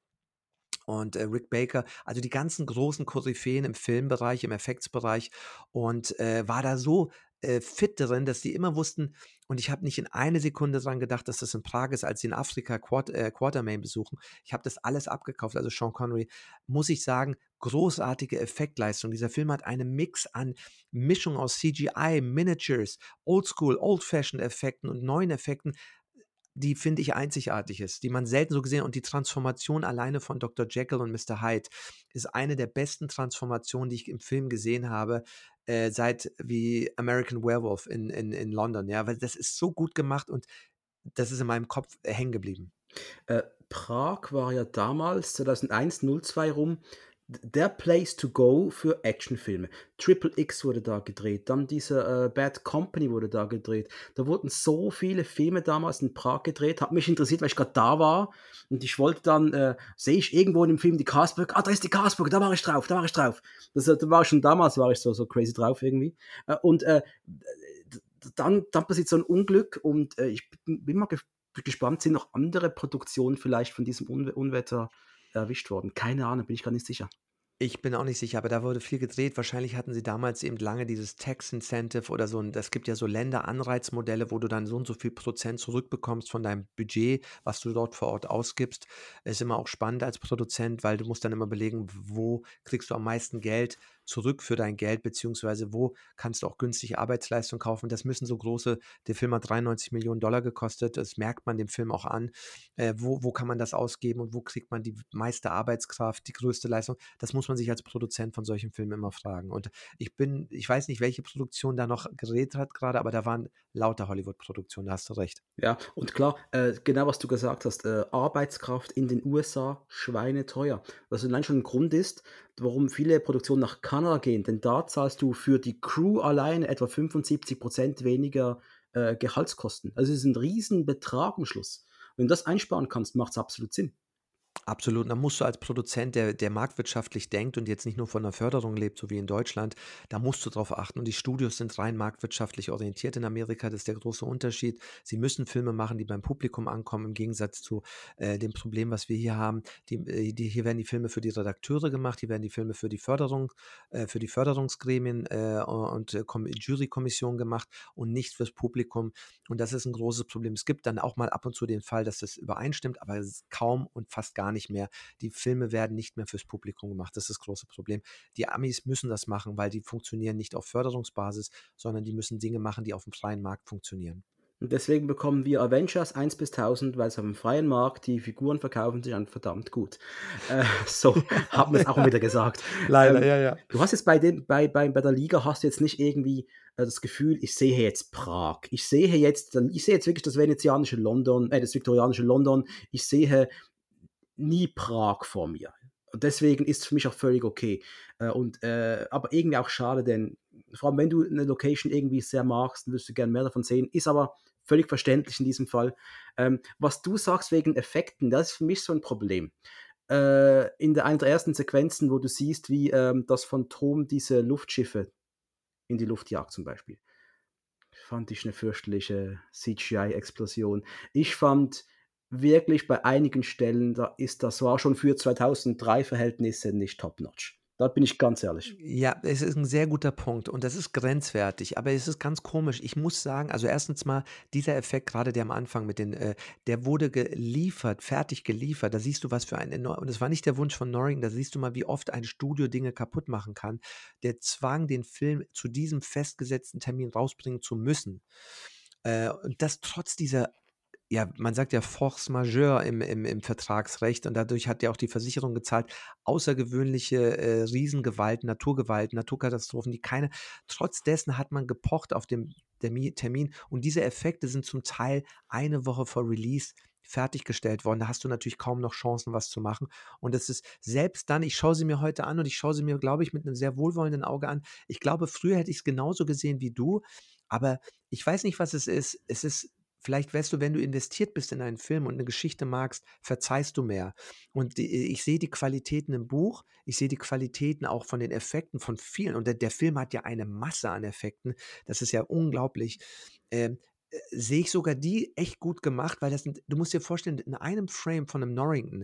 Und, äh, Rick Baker, also die ganzen großen Koryphäen im Filmbereich, im Effektsbereich und, äh, war da so äh, fit drin, dass die immer wussten und ich habe nicht in eine Sekunde dran gedacht, dass das in Prag ist, als sie in Afrika Quat äh, Quatermain besuchen. Ich habe das alles abgekauft, also Sean Connery, muss ich sagen, großartige Effektleistung. Dieser Film hat eine Mix an Mischung aus C G I, Miniatures, Oldschool, Old-Fashioned-Effekten und neuen Effekten, die, finde ich, einzigartig ist, die man selten so gesehen und die Transformation alleine von Doktor Jekyll und Mister Hyde ist eine der besten Transformationen, die ich im Film gesehen habe, äh, seit wie American Werewolf in in in London, ja, weil das ist so gut gemacht und das ist in meinem Kopf äh, hängen geblieben. Äh, Prag war ja damals zweitausendeins, null zwei rum d der Place to go für Actionfilme. Triple X wurde da gedreht, dann diese, äh, Bad Company wurde da gedreht. Da wurden so viele Filme damals in Prag gedreht, hat mich interessiert, weil ich grad da war und ich wollte dann, äh sehe ich irgendwo in dem Film die Karlsbrücke: „Ah, da ist die Karlsbrücke, da war ich drauf, da war ich drauf." Das, äh da war ich schon damals war ich so so crazy drauf irgendwie. Äh, und, äh, d d dann dann passiert so 'n Unglück und, äh, ich bin bin mal ges gespannt, sind noch andere Produktionen vielleicht von diesem Unwe Unwetter erwischt worden? Keine Ahnung, bin ich grad nicht sicher. Ich bin auch nicht sicher, aber da wurde viel gedreht. Wahrscheinlich hatten sie damals eben lange dieses Tax Incentive oder so 'n das gibt ja so Länderanreizmodelle, wo du dann so und so viel Prozent zurückbekommst von deinem Budget, was du dort vor Ort ausgibst. Ist immer auch spannend als Produzent, weil du musst dann immer überlegen, w wo kriegst du am meisten Geld zurück für dein Geld, beziehungsweise wo kannst du auch günstige Arbeitsleistung kaufen. Das müssen so große der Film hat dreiundneunzig Millionen Dollar gekostet. Das merkt man dem Film auch an. Äh, wo wo kann man das ausgeben und wo kriegt man die w meiste Arbeitskraft, die größte Leistung? Das muss man sich als Produzent von solchen Filmen immer fragen. Und ich bin ich weiß nicht, welche Produktion da noch gedreht hat grade, aber da waren lauter Hollywood-Produktionen, da hast du recht. Ja, und klar, äh, genau was du gesagt hast, äh, Arbeitskraft in den U S A schweineteuer. Was allein schon 'n Grund ist, warum viele Produktionen nach Kanada gehen, denn da zahlst du für die Crew alleine etwa fünfundsiebzig Prozent weniger, äh, Gehaltskosten. Also, es ist 'n Riesenbetrag am Schluss. Wenn du das einsparen kannst, macht's absolut Sinn. Absolut. Und dann musst du als Produzent, der der marktwirtschaftlich denkt und jetzt nicht nur von der Förderung lebt, so wie in Deutschland, da musst du drauf achten. Und die Studios sind rein marktwirtschaftlich orientiert in Amerika. Das ist der große Unterschied. Sie müssen Filme machen, die beim Publikum ankommen, im Gegensatz zu, äh, dem Problem, was wir hier haben. Die äh, die hier werden die Filme für die Redakteure gemacht, hier werden die Filme für die Förderung äh, für die Förderungsgremien, äh, und äh, Kom Jurykommission gemacht und nicht fürs Publikum. Und das ist 'n großes Problem. Es gibt dann auch mal ab und zu den Fall, dass das übereinstimmt, aber es ist kaum und fast gar nicht mehr. Die Filme werden nicht mehr fürs Publikum gemacht. Das ist das große Problem. Die Amis müssen das machen, weil die funktionieren nicht auf Förderungsbasis, sondern die müssen Dinge machen, die aufm freien Markt funktionieren. Und deswegen bekommen wir Avengers eins bis tausend, weil's aufm freien Markt die Figuren verkaufen sich dann verdammt gut. Äh, so Ja, hat man's auch wieder gesagt. leider, Ähm, ja, ja. du hast jetzt bei den bei bei bei der Liga hast du jetzt nicht irgendwie, äh, das Gefühl: „Ich sehe jetzt Prag. Ich sehe jetzt dann ich sehe jetzt wirklich das venezianische London äh, das viktorianische London. Ich sehe nie Prag vor mir." Und deswegen ist's für mich auch völlig okay. Äh, und, äh aber irgendwie auch schade, denn vor allem, wenn du 'ne Location irgendwie sehr magst, würdest du gern mehr davon sehen. Ist aber völlig verständlich in diesem Fall. Ähm, was du sagst wegen Effekten, das ist für mich so 'n Problem. Äh, in der einer der ersten Sequenzen, wo du siehst, wie, ähm, das Phantom diese Luftschiffe in die Luft jagt zum Beispiel, fand ich 'ne fürchterliche C G I-Explosion. Ich fand wirklich bei einigen Stellen, da ist das war schon für zweitausenddrei Verhältnisse nicht top notch. Da bin ich ganz ehrlich. Ja, es ist 'n sehr guter Punkt und das ist grenzwertig, aber es ist ganz komisch. Ich muss sagen, also, erstens mal, dieser Effekt, grade der am Anfang mit den äh, der wurde geliefert, fertig geliefert. Da siehst du, was für ein enor und das war nicht der Wunsch von Norrington, da siehst du mal, wie oft ein Studio Dinge kaputt machen kann. Der zwang den Film zu diesem festgesetzten Termin rausbringen zu müssen. Äh, und das trotz dieser ja, man sagt ja Force Majeure im im im Vertragsrecht und dadurch hat ja auch die Versicherung gezahlt, außergewöhnliche, äh, Riesengewalten, Naturgewalten, Naturkatastrophen, die keine trotz dessen hat man gepocht auf dem Termi Termin und diese Effekte sind zum Teil eine Woche vor Release fertiggestellt worden. Da hast du natürlich kaum noch Chancen, was zu machen. Und das ist selbst dann ich schaue sie mir heute an und ich schaue sie mir, glaube ich, mit 'nem sehr wohlwollenden Auge an. Ich glaube, früher hätte ich's genauso gesehen wie du, aber ich weiß nicht, was es ist. Es ist vielleicht weißt du, wenn du investiert bist in einen Film und 'ne Geschichte magst, verzeihst du mehr. Und i ich sehe die Qualitäten im Buch, ich sehe die Qualitäten auch von den Effekten von vielen und der der Film hat ja eine Masse an Effekten. Das ist ja unglaublich. Ähm, äh, sehe ich sogar die echt gut gemacht, weil das sind du musst dir vorstellen, in einem Frame von 'nem Norrington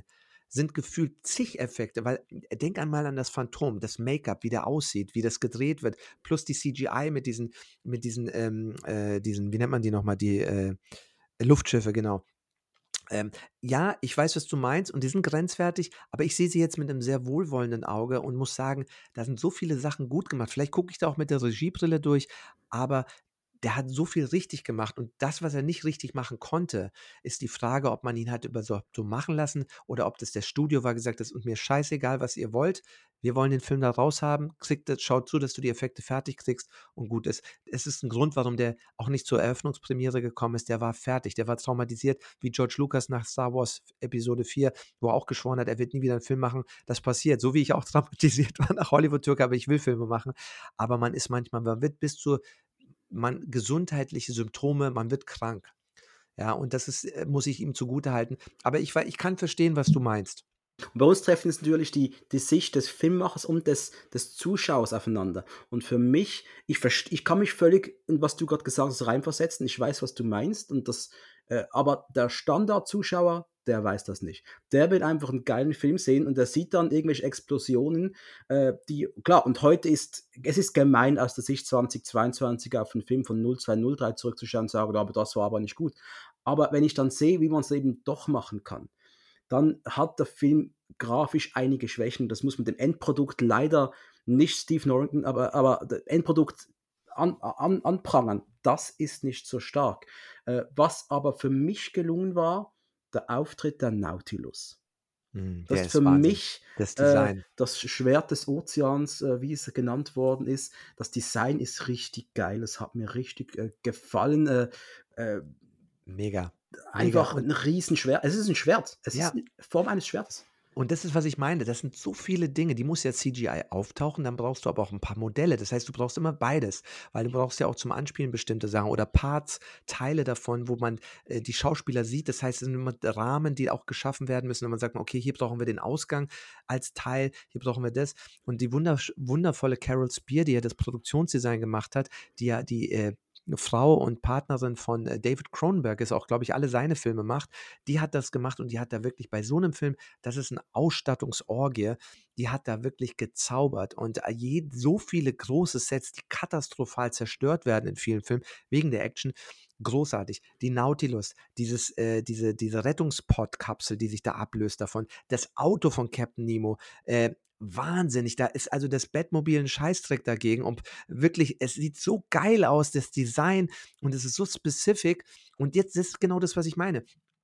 sind gefühlt zig Effekte, weil äh, denk einmal an das Phantom, das Make-up, wie der aussieht, wie das gedreht wird, plus die C G I mit diesen mit diesen, ähm, äh, diesen wie nennt man die noch mal, die, äh, Luftschiffe, genau. Ähm, ja, ich weiß, was du meinst und die sind grenzwertig, aber ich sehe sie jetzt mit einem sehr wohlwollenden Auge und muss sagen, da sind so viele Sachen gut gemacht. Vielleicht gucke ich da auch mit der Regiebrille durch, aber der hat so viel richtig gemacht und das, was er nicht richtig machen konnte, ist die Frage, ob man ihn hat über so so machen lassen oder ob das der Studio war, gesagt hat: „Ist mir scheißegal, was ihr wollt. Wir wollen den Film da raushaben. Kriegt das schaut zu, dass du die Effekte fertig kriegst und gut ist.“ Es ist ein Grund, warum der auch nicht zur Eröffnungspremiere gekommen ist. Der war fertig. Der war traumatisiert, wie George Lucas nach Star Wars Episode vier, wo er auch geschworen hat, er wird nie wieder einen Film machen. Das passiert, so wie ich auch traumatisiert war nach Hollywood-Türke, aber ich will Filme machen. Aber man ist manchmal man wird bis zur man gesundheitliche Symptome, man wird krank. Ja, und das ist, äh, muss ich ihm zugutehalten. Aber ich wei ich kann verstehen, was du meinst. Und bei uns treffen jetzt natürlich die die Sicht des Filmemachers und des des Zuschauers aufeinander. Und für mich ich verst ich kann mich völlig in was du gerade gesagt hast, reinversetzen. Ich weiß, was du meinst und das äh, aber der Standardzuschauer, der weiß das nicht. Der will einfach einen geilen Film sehen und der sieht dann irgendwelche Explosionen, äh, die klar, und heute ist es ist gemein, aus der Sicht zweitausendzweiundzwanzig auf einen Film von null zwei null drei zurückzuschauen und sagen: „Aber das war aber nicht gut.“ Aber wenn ich dann sehe, wie man's eben doch machen kann, dann hat der Film grafisch einige Schwächen. Das muss man dem Endprodukt leider nicht Steve Norrington, aber aber das Endprodukt an an anprangern. Das ist nicht so stark. Äh, was aber für mich gelungen war, der Auftritt der Nautilus. Mhm, Das der ist für ist Wahnsinn. mich, Das äh, Design. das Schwert des Ozeans, äh, wie es genannt worden ist. Das Design ist richtig geil. Es hat mir richtig, äh, gefallen. Äh, äh, Mega, mega. einfach Und 'n Riesenschwert. Es ist 'n Schwert. Es ist ja, in Form eines Schwertes. und das ist, was ich meine. Das sind so viele Dinge, die muss ja C G I auftauchen, dann brauchst du aber auch ein paar Modelle. Das heißt, du brauchst immer beides, weil du brauchst ja auch zum Anspielen bestimmte Sachen oder Parts, Teile davon, wo man, äh, die Schauspieler sieht. Das heißt, es sind immer Rahmen, die auch geschaffen werden müssen, wenn man sagt: „Okay, hier brauchen wir den Ausgang als Teil, hier brauchen wir das.“ Und die wundersch wundervolle Carol Spear, die ja das Produktionsdesign gemacht hat, die ja die, äh, Frau und Partnerin von, äh, David Cronenberg ist, auch, glaube ich, alle seine Filme macht, die hat das gemacht und die hat da wirklich bei so einem Film, das ist 'ne Ausstattungsorgie. Die hat da wirklich gezaubert und, äh, je so viele große Sets, die katastrophal zerstört werden in vielen Filmen wegen der Action. Großartig. Die Nautilus, dieses äh, diese diese Rettungspod-Kapsel, die sich da ablöst davon, das Auto von Captain Nemo, äh, wahnsinnig. Da ist also das Batmobil 'n Scheißdreck dagegen und wirklich, es sieht so geil aus, das Design und es ist so specific und jetzt das ist genau das, was ich meine.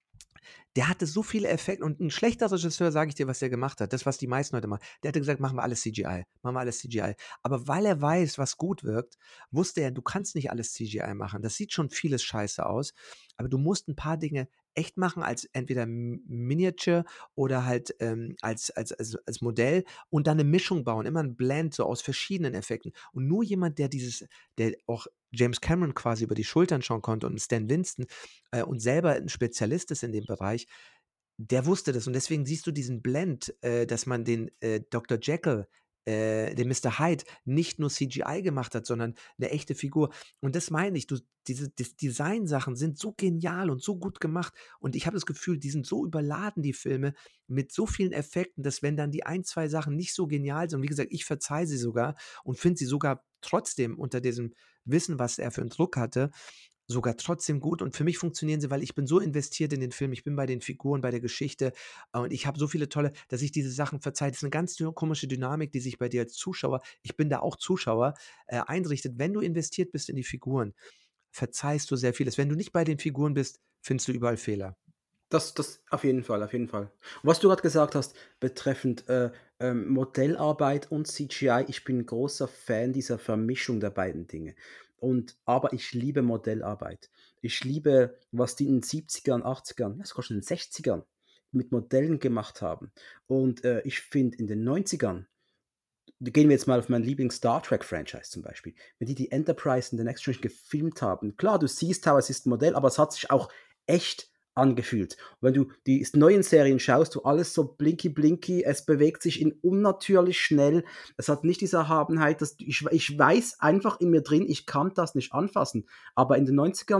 Der hatte so viele Effekte und 'n schlechter Regisseur, sage ich dir, was der gemacht hat, das, was die meisten heute machen. Der hatte gesagt: „Machen wir alles C G I, machen wir alles C G I.“ Aber weil er weiß, was gut wirkt, wusste er, du kannst nicht alles C G I machen. Das sieht schon vieles scheiße aus, aber du musst 'n paar Dinge echt machen als entweder M Miniature oder halt, ähm, als als als als Modell und dann 'ne Mischung bauen, immer 'n Blend so aus verschiedenen Effekten. Und nur jemand, der dieses der auch James Cameron quasi über die Schultern schauen konnte und Stan Winston, äh, und selber 'n Spezialist ist in dem Bereich, der wusste das und deswegen siehst du diesen Blend, äh, dass man den, äh, Doktor Jekyll, äh, den Mister Hyde nicht nur C G I gemacht hat, sondern 'ne echte Figur. Und das meine ich, du diese das Designsachen sind so genial und so gut gemacht und ich habe das Gefühl, die sind so überladen, die Filme, mit so vielen Effekten, dass wenn dann die ein, zwei Sachen nicht so genial sind, wie gesagt, ich verzeihe sie sogar und finde sie sogar trotzdem unter diesem Wissen, was er für 'n Druck hatte, sogar trotzdem gut und für mich funktionieren sie, weil ich bin so investiert in den Film. Ich bin bei den Figuren, bei der Geschichte, äh, und ich habe so viele tolle, dass ich diese Sachen verzeihe. Das ist 'ne ganz dy komische Dynamik, die sich bei dir als Zuschauer, ich bin da auch Zuschauer, äh, einrichtet. Wenn du investiert bist in die Figuren, verzeihst du sehr vieles. Wenn du nicht bei den Figuren bist, findest du überall Fehler. Das das auf jeden Fall, auf jeden Fall. Und was du gerade gesagt hast betreffend, äh, ähm, Modellarbeit und C G I, ich bin 'n großer Fan dieser Vermischung der beiden Dinge. Und aber ich liebe Modellarbeit. Ich liebe, was die in den siebzigern, achtzigern, ja sogar schon in den sechzigern mit Modellen gemacht haben. Und, äh, ich finde in den neunzigern gehen wir jetzt mal auf mein Lieblings-Star Trek-Franchise zum Beispiel. Wenn die die Enterprise in The Next Generation gefilmt haben, klar, du siehst teilweise es ist 'n Modell, aber es hat sich auch echt angefühlt. Und wenn du die s neuen Serien schaust, wo alles so blinky blinky, es bewegt sich in unnatürlich schnell. Es hat nicht diese Erhabenheit, dass ich ich weiß einfach in mir drin, ich kann das nicht anfassen. Aber in den neunzigern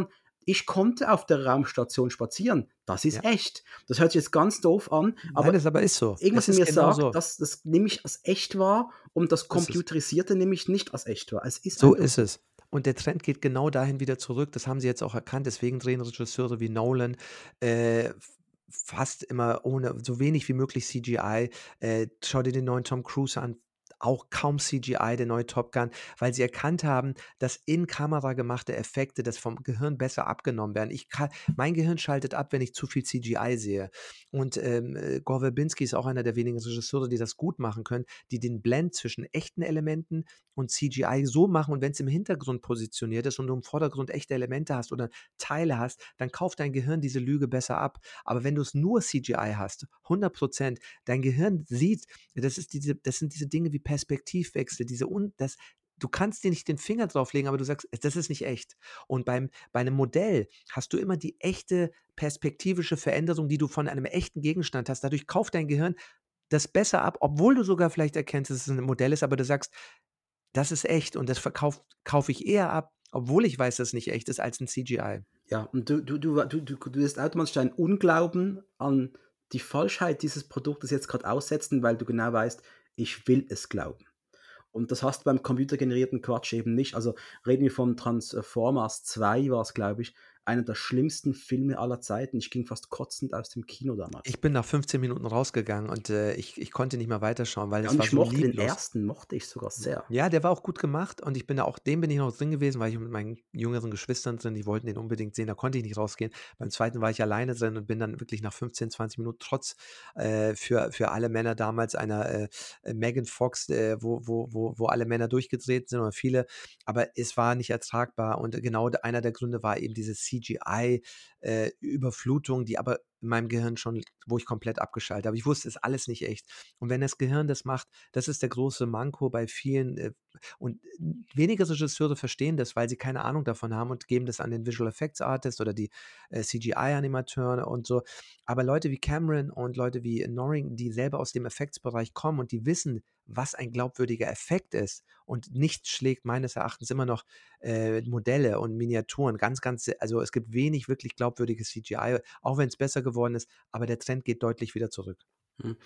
ich konnte auf der Raumstation spazieren. Das ist Ja. echt. Das hört sich jetzt ganz doof an, Nein, aber das aber ist so. irgendwas Es in ist mir genau sagt, so. das das nehme ich als echt wahr und das So ist es. Computerisierte nehme ich nicht als echt wahr. Es ist So einfach ist so. es. Und der Trend geht genau dahin wieder zurück. Das haben sie jetzt auch erkannt. Deswegen drehen Regisseure wie Nolan, äh, f fast immer ohne so wenig wie möglich C G I. Äh, schau dir den neuen Tom Cruise an, auch kaum C G I, der neue Top Gun, weil sie erkannt haben, dass in Kamera gemachte Effekte, das vom Gehirn besser abgenommen werden. Ich ka Mein Gehirn schaltet ab, wenn ich zu viel C G I sehe. Und, ähm, äh, Gore Verbinski ist auch einer der wenigen Regisseure, die das gut machen können, die den Blend zwischen echten Elementen und C G I so machen, und wenn es im Hintergrund positioniert ist und du im Vordergrund echte Elemente hast oder Teile hast, dann kauft dein Gehirn diese Lüge besser ab. Aber wenn du es nur C G I hast, hundert Prozent, dein Gehirn sieht, das ist diese das sind diese Dinge wie Perspektivwechsel, diese un das du kannst dir nicht den Finger drauflegen, aber du sagst: „Das ist nicht echt." Und beim bei einem Modell hast du immer die echte perspektivische Veränderung, die du von einem echten Gegenstand hast. Dadurch kauft dein Gehirn das besser ab, obwohl du sogar vielleicht erkennst, dass es ein Modell ist, aber du sagst: „Das ist echt", und das verkauf kaufe ich eher ab, obwohl ich weiß, dass es nicht echt ist, als 'n C G I. Ja, und du du du du du du wirst automatisch deinen Unglauben an die Falschheit dieses Produktes jetzt gerade aussetzen, weil du genau weißt: „Ich will es glauben.“ Und das hast du beim computergenerierten Quatsch eben nicht. Also, reden wir von Transformers zwei war es, glaube ich, einer der schlimmsten Filme aller Zeiten. Ich ging fast kotzend aus dem Kino damals. Ich bin nach fünfzehn Minuten rausgegangen und, äh, ich ich konnte nicht mehr weiterschauen, weil Ja, es und war ich so mochte den lieblos. ersten mochte ich sogar sehr. Ja, der war auch gut gemacht, und ich bin da auch dem bin ich noch drin gewesen, weil ich mit meinen jüngeren Geschwistern drin, die wollten den unbedingt sehen, da konnte ich nicht rausgehen. Beim zweiten war ich alleine drin und bin dann wirklich nach fünfzehn, zwanzig Minuten trotz, äh, für für alle Männer damals einer, äh, äh, Megan Fox, äh, wo wo wo wo alle Männer durchgedreht sind oder viele, aber es war nicht ertragbar, und genau d einer der Gründe war eben diese C G I, äh, Überflutung, die aber in meinem Gehirn schon, wo ich komplett abgeschaltet habe. Ich wusste, es ist alles nicht echt. Und wenn das Gehirn das macht, das ist der große Manko bei vielen, äh, und wenige Regisseure verstehen das, weil sie keine Ahnung davon haben und geben das an den Visual Effects Artist oder die, äh, C G I-Animateure und so. Aber Leute wie Cameron und Leute wie Norring, die selber aus dem Effektsbereich kommen und die wissen, was ein glaubwürdiger Effekt ist, und nichts schlägt meines Erachtens immer noch, äh, Modelle und Miniaturen. Ganz, ganz also, es gibt wenig wirklich glaubwürdiges C G I, auch wenn es besser geworden ist, aber der Trend geht deutlich wieder zurück. Mhm.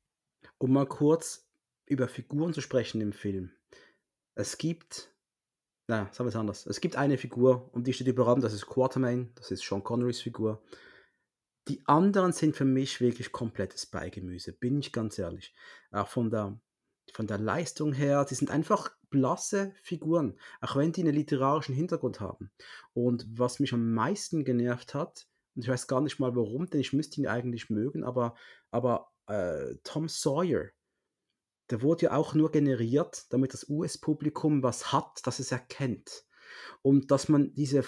Um mal kurz über Figuren zu sprechen im Film. Es gibt na, sagen wir's anders. Es gibt eine Figur, um die steht überall, das ist Quatermain, das ist Sean Connerys Figur. Die anderen sind für mich wirklich komplettes Beigemüse, bin ich ganz ehrlich. Auch von der von der Leistung her, die sind einfach blasse Figuren, auch wenn die 'nen literarischen Hintergrund haben. Und was mich am meisten genervt hat, und ich weiß gar nicht mal warum, denn ich müsste ihn eigentlich mögen, aber aber, äh, Tom Sawyer, der wurde ja auch nur generiert, damit das U S-Publikum was hat, das es erkennt. Und dass man diese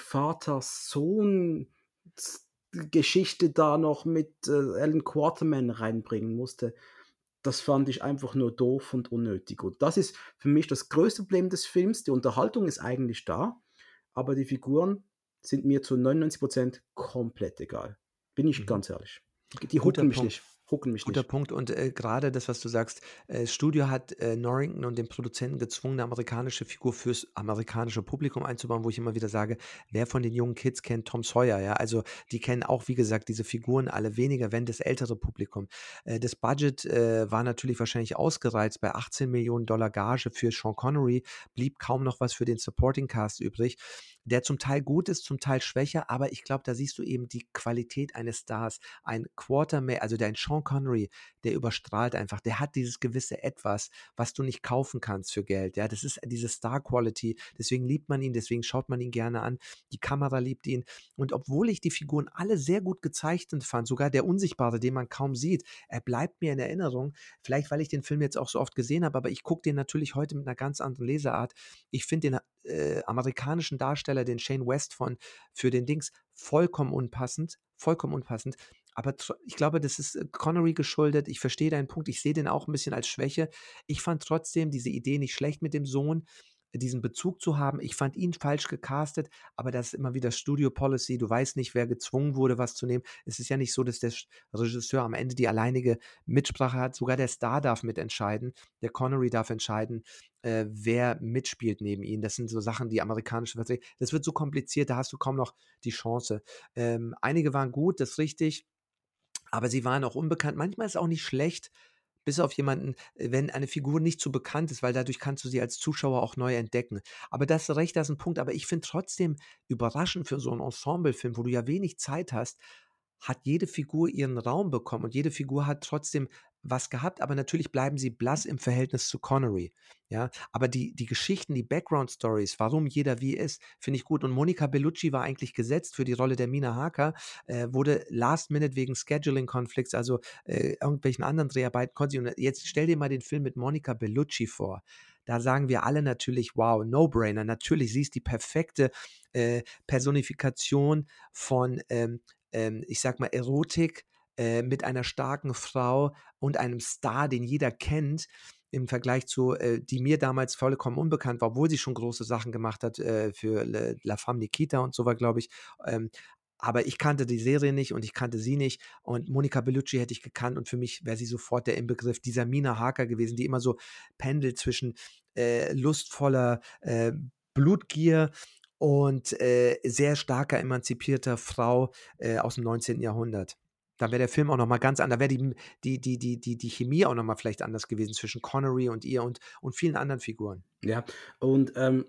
Vater-Sohn-Geschichte da noch mit, äh, Alan Quatermain reinbringen musste, das fand ich einfach nur doof und unnötig. Und das ist für mich das größte Problem des Films. Die Unterhaltung ist eigentlich da, aber die Figuren sind mir zu neunundneunzig komplett egal. Bin ich Mhm. ganz ehrlich. Die die Guter hooken mich Punkt. nicht, hooken mich Guter nicht. Punkt, und, äh, grade das, was du sagst, äh, das Studio hat, äh, Norrington und den Produzenten gezwungen, 'ne amerikanische Figur fürs amerikanische Publikum einzubauen, wo ich immer wieder sage: „Wer von den jungen Kids kennt Tom Sawyer?" Ja, also, die kennen auch, wie gesagt, diese Figuren alle weniger, wenn das ältere Publikum. Äh, das Budget, äh, war natürlich wahrscheinlich ausgereizt. Bei achtzehn Millionen Dollar Gage für Sean Connery blieb kaum noch was für den Supporting Cast übrig, der zum Teil gut ist, zum Teil schwächer, aber ich glaube, da siehst du eben die Qualität eines Stars. Ein Quatermain, also, der ein Sean Connery, der überstrahlt einfach. Der hat dieses gewisse Etwas, was du nicht kaufen kannst für Geld. Ja, das ist diese Star Quality. Deswegen liebt man ihn, deswegen schaut man ihn gerne an. Die Kamera liebt ihn. Und obwohl ich die Figuren alle sehr gut gezeichnet fand, sogar der Unsichtbare, den man kaum sieht, er bleibt mir in Erinnerung. Vielleicht, weil ich den Film jetzt auch so oft gesehen habe, aber ich gucke den natürlich heute mit einer ganz anderen Leseart. Ich finde den, äh, amerikanischen Darsteller, den Shane West von für den Dings, vollkommen unpassend, vollkommen unpassend. Aber tr ich glaube, das ist, äh, Connery geschuldet. Ich verstehe deinen Punkt. Ich sehe den auch 'n bisschen als Schwäche. Ich fand trotzdem diese Idee nicht schlecht mit dem Sohn. diesen Bezug zu haben. Ich fand ihn falsch gecastet, aber das ist immer wieder Studio Policy. Du weißt nicht, wer gezwungen wurde, was zu nehmen. Es ist ja nicht so, dass der Sch Regisseur am Ende die alleinige Mitsprache hat. Sogar der Star darf mitentscheiden. Der Connery darf entscheiden, äh, wer mitspielt neben ihm. Das sind so Sachen, die amerikanischen Verträge. Das wird so kompliziert, da hast du kaum noch die Chance. Ähm, einige waren gut, das ist richtig, aber sie waren auch unbekannt. Manchmal ist es auch nicht schlecht, bis auf jemanden, äh, wenn eine Figur nicht so bekannt ist, weil dadurch kannst du sie als Zuschauer auch neu entdecken. Aber das ist recht, das ist ein Punkt. Aber ich finde trotzdem überraschend für so 'n Ensemblefilm, wo du ja wenig Zeit hast, hat jede Figur ihren Raum bekommen und jede Figur hat trotzdem was gehabt, aber natürlich bleiben sie blass im Verhältnis zu Connery, ja? Aber die die Geschichten, die Background Stories, warum jeder wie ist, finde ich gut. Und Monica Bellucci war eigentlich gesetzt für die Rolle der Mina Harker, äh, wurde last minute wegen Scheduling-Conflicts, also, äh, irgendwelchen anderen Dreharbeiten konnte sie und jetzt stell dir mal den Film mit Monica Bellucci vor. Da sagen wir alle natürlich: „Wow, No-Brainer." Natürlich, sie ist die perfekte, äh, Personifikation von, ähm, ähm, ich sage mal, Erotik, äh, mit einer starken Frau und einem Star, den jeder kennt, im Vergleich zu, äh, die mir damals vollkommen unbekannt war, obwohl sie schon große Sachen gemacht hat, äh, für Le La Femme Nikita und so war, glaube ich. Ähm, aber ich kannte die Serie nicht und ich kannte sie nicht und Monica Bellucci hätte ich gekannt und für mich wäre sie sofort der Inbegriff dieser Mina Harker gewesen, die immer so pendelt zwischen, äh, lustvoller, äh, Blutgier und, äh, sehr starker, emanzipierter Frau, äh, aus'm neunzehnten. Jahrhundert. Da wäre der Film auch noch mal ganz anders, da wäre die die die die die die Chemie auch noch mal vielleicht anders gewesen zwischen Connery und ihr und und vielen anderen Figuren. Ja, und, ähm,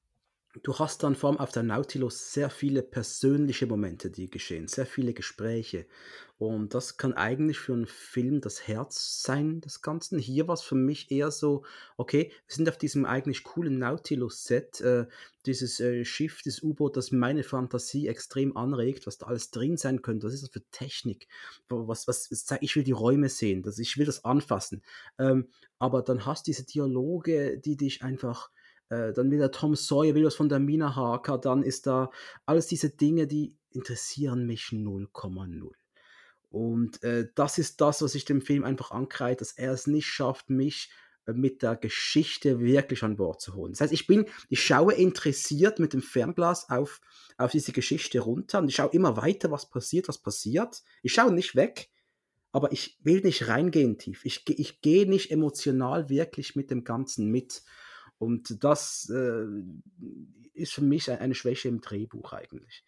du hast dann vor allem auf der Nautilus sehr viele persönliche Momente, die geschehen, sehr viele Gespräche. Und das kann eigentlich für 'n Film das Herz sein des Ganzen. Hier war's für mich eher so: Okay, wir sind auf diesem eigentlich coolen Nautilus-Set, äh, dieses, äh, Schiff, das U-Boot, das meine Fantasie extrem anregt, was da alles drin sein könnte. Was ist das für Technik? W was was zei ich will die Räume sehen, das ich will das anfassen. Ähm, aber dann hast diese Dialoge, die dich einfach äh, dann will der Tom Sawyer will was von der Mina Harker, dann ist da alles diese Dinge, die interessieren mich null Komma null. Und, äh, das ist das, was ich dem Film einfach ankreide, dass er es nicht schafft, mich, äh, mit der Geschichte wirklich an Bord zu holen. Das heißt, ich bin ich schaue interessiert mit dem Fernglas auf auf diese Geschichte runter und ich schaue immer weiter, was passiert, was passiert. Ich schaue nicht weg, aber ich will nicht reingehen tief. Ich ge ich gehe nicht emotional wirklich mit dem Ganzen mit. Und das, äh, ist für mich ei eine Schwäche im Drehbuch eigentlich.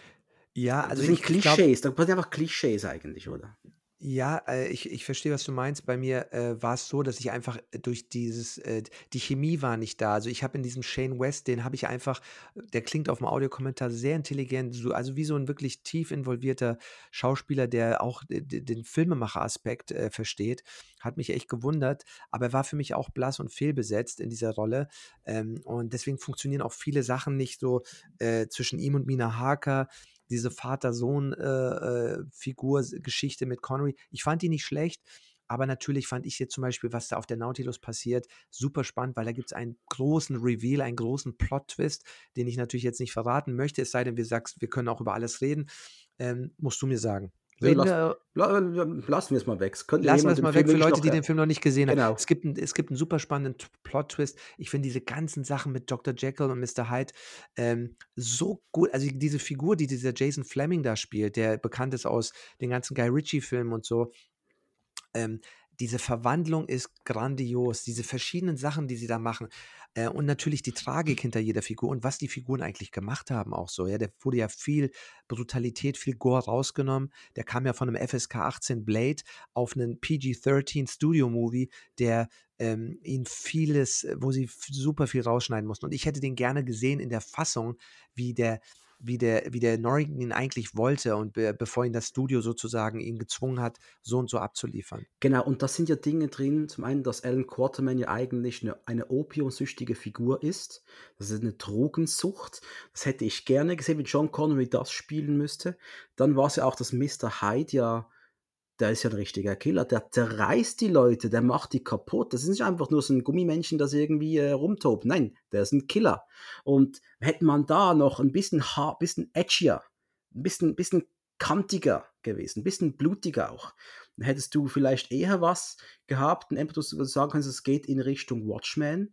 Ja, Das also sind ich ich glaube Klischees, da passieren einfach Klischees eigentlich, oder? Ja, äh, ich ich verstehe, was du meinst. Bei mir, äh, war es so, dass ich einfach äh, durch dieses äh, die Chemie war nicht da. Also, ich habe in diesem Shane West, den habe ich einfach der klingt auf'm Audiokommentar sehr intelligent, so also, wie so 'n wirklich tief involvierter Schauspieler, der auch d d den Filmemacheraspekt, äh, versteht. Hat mich echt gewundert, aber er war für mich auch blass und fehlbesetzt in dieser Rolle. Ähm, und deswegen funktionieren auch viele Sachen nicht so, äh, zwischen ihm und Mina Harker. Diese Vater-Sohn, äh, äh, Figur s Geschichte mit Connery. Ich fand die nicht schlecht, aber natürlich fand ich jetzt zum Beispiel, was da auf der Nautilus passiert, super spannend, weil da gibt's einen großen Reveal, einen großen Plot-Twist, den ich natürlich jetzt nicht verraten möchte, es sei denn, wir sagst wir können auch über alles reden. Ähm, musst du mir sagen. Ja, Reden lass wir la la lassen wir's mal weg. Es könnte ja Lassen wir jemand es den mal Film weg für wirklich Leute, noch, die äh den Film noch nicht gesehen haben. genau. Es gibt 'n es gibt 'n super spannenden T Plot-Twist. Ich finde diese ganzen Sachen mit Doktor Jekyll und Mister Hyde, ähm, so gut. Also, diese Figur, die dieser Jason Flemyng da spielt, der bekannt ist aus den ganzen Guy Ritchie-Filmen und so. Ähm, diese Verwandlung ist grandios, diese verschiedenen Sachen, die sie da machen. Äh, und natürlich die Tragik hinter jeder Figur und was die Figuren eigentlich gemacht haben auch so, ja. Da wurde ja viel Brutalität, viel Gore rausgenommen. Der kam ja von 'nem F S K achtzehn Blade auf 'nen P G thirteen Studio Movie, der, ähm, ihnen vieles wo sie f super viel rausschneiden mussten. Und ich hätte den gerne gesehen in der Fassung, wie der wie der wie der Norrington ihn eigentlich wollte und be bevor ihn das Studio sozusagen ihn gezwungen hat, so und so abzuliefern. Genau, und da sind ja Dinge drin, zum einen, dass Alan Quatermain ja eigentlich 'ne eine opiumsüchtige Figur ist. Das ist 'ne Drogensucht. Das hätte ich gerne gesehen, wie Sean Connery das spielen müsste. Dann war's ja auch, dass Mister Hyde ja der ist ja 'n richtiger Killer. Der zerreißt die Leute, der macht die kaputt. Das ist nicht einfach nur so 'n Gummimännchen, das irgendwie, äh, rumtobt. Nein, der ist 'n Killer. Und hätte man da noch 'n bisschen ha bisschen edgier, 'n bisschen bisschen kantiger gewesen, bisschen blutiger auch, dann hättest du vielleicht eher was gehabt, 'n Epos, wo du sagen kannst, es geht in Richtung Watchmen.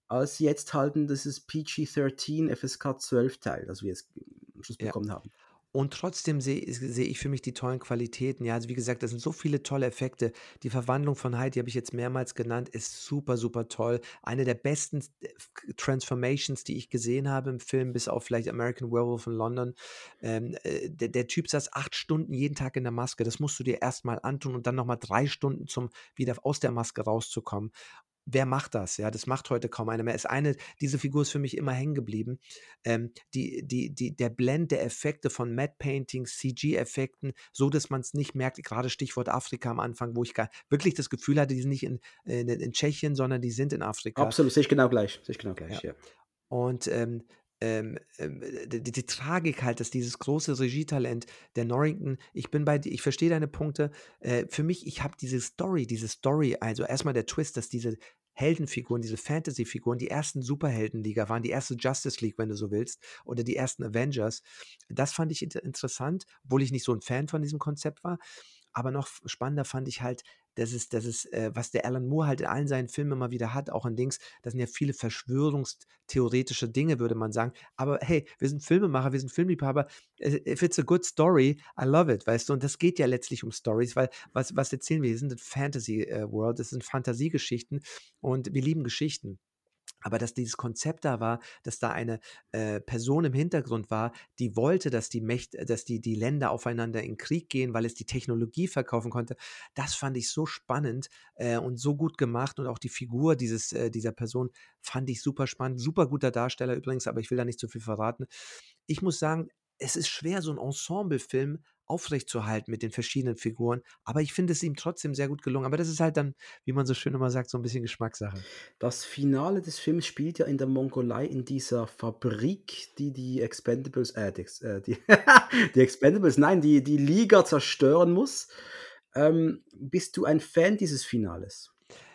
als jetzt halt 'n dieses P G dreizehn F S K zwölf Teil, das wir jetzt am Schluss Ja. bekommen haben. Und trotzdem sehe sehe ich für mich die tollen Qualitäten. Ja, also wie gesagt, das sind so viele tolle Effekte. Die Verwandlung von Hyde, die habe ich jetzt mehrmals genannt, ist super, super toll. Eine der besten s äh, f Transformations, die ich gesehen habe im Film, bis auf vielleicht American Werewolf in London. Ähm, äh, der der Typ saß acht Stunden jeden Tag in der Maske. Das musst du dir erst mal antun und dann noch mal drei Stunden zum wieder aus der Maske rauszukommen. Wer macht das? Ja, das macht heute kaum einer mehr. Ist eine diese Figur ist für mich immer hängen geblieben. Ähm, die die die der Blend der Effekte von Matte Paintings, C G-Effekten, so dass man es nicht merkt, gerade Stichwort Afrika am Anfang, wo ich gar wirklich das Gefühl hatte, die sind nicht in in in Tschechien, sondern die sind in Afrika. Absolut, sehe ich genau gleich, sehe ich genau Ja. gleich, ja. Und, ähm, ähm, ähm, äh, die die Tragik halt, dass dieses große Regietalent der Norrington ich bin bei di ich verstehe deine Punkte. Äh, für mich ich habe diese Story diese Story also erst mal der Twist, dass diese Heldenfiguren, diese Fantasyfiguren die ersten Superheldenliga waren, die erste Justice League, wenn du so willst, oder die ersten Avengers. Das fand ich inter interessant, obwohl ich nicht so 'n Fan von diesem Konzept war. Aber noch f spannender fand ich halt, dass es dass es, äh, was der Alan Moore halt in allen seinen Filmen immer wieder hat, auch in Dings, das sind ja viele verschwörungstheoretische Dinge, würde man sagen. Aber hey, wir sind Filmemacher, wir sind Filmliebhaber. Äh, if it's a good story, I love it, weißt du? Und das geht ja letztlich um Storys, weil was was erzählen wir? Wir sind in Fantasy, äh, World, das sind Fantasiegeschichten und wir lieben Geschichten. Aber dass dieses Konzept da war, dass da eine, äh, Person im Hintergrund war, die wollte, dass die Mächt dass die die Länder aufeinander in Krieg gehen, weil es die Technologie verkaufen konnte, das fand ich so spannend, äh, und so gut gemacht und auch die Figur dieses äh, dieser Person fand ich super spannend. Super guter Darsteller übrigens, aber ich will da nicht zu viel verraten. Ich muss sagen, es ist schwer, so 'n Ensemblefilm aufrechtzuerhalten mit den verschiedenen Figuren, aber ich finde es ihm trotzdem sehr gut gelungen. Aber das ist halt dann, wie man so schön immer sagt, so 'n bisschen Geschmackssache. Das Finale des Films spielt ja in der Mongolei in dieser Fabrik, die die Expendables äh, die Ex äh, die die Expendables, nein, die die Liga zerstören muss. Ähm, bist du ein Fan dieses Finales?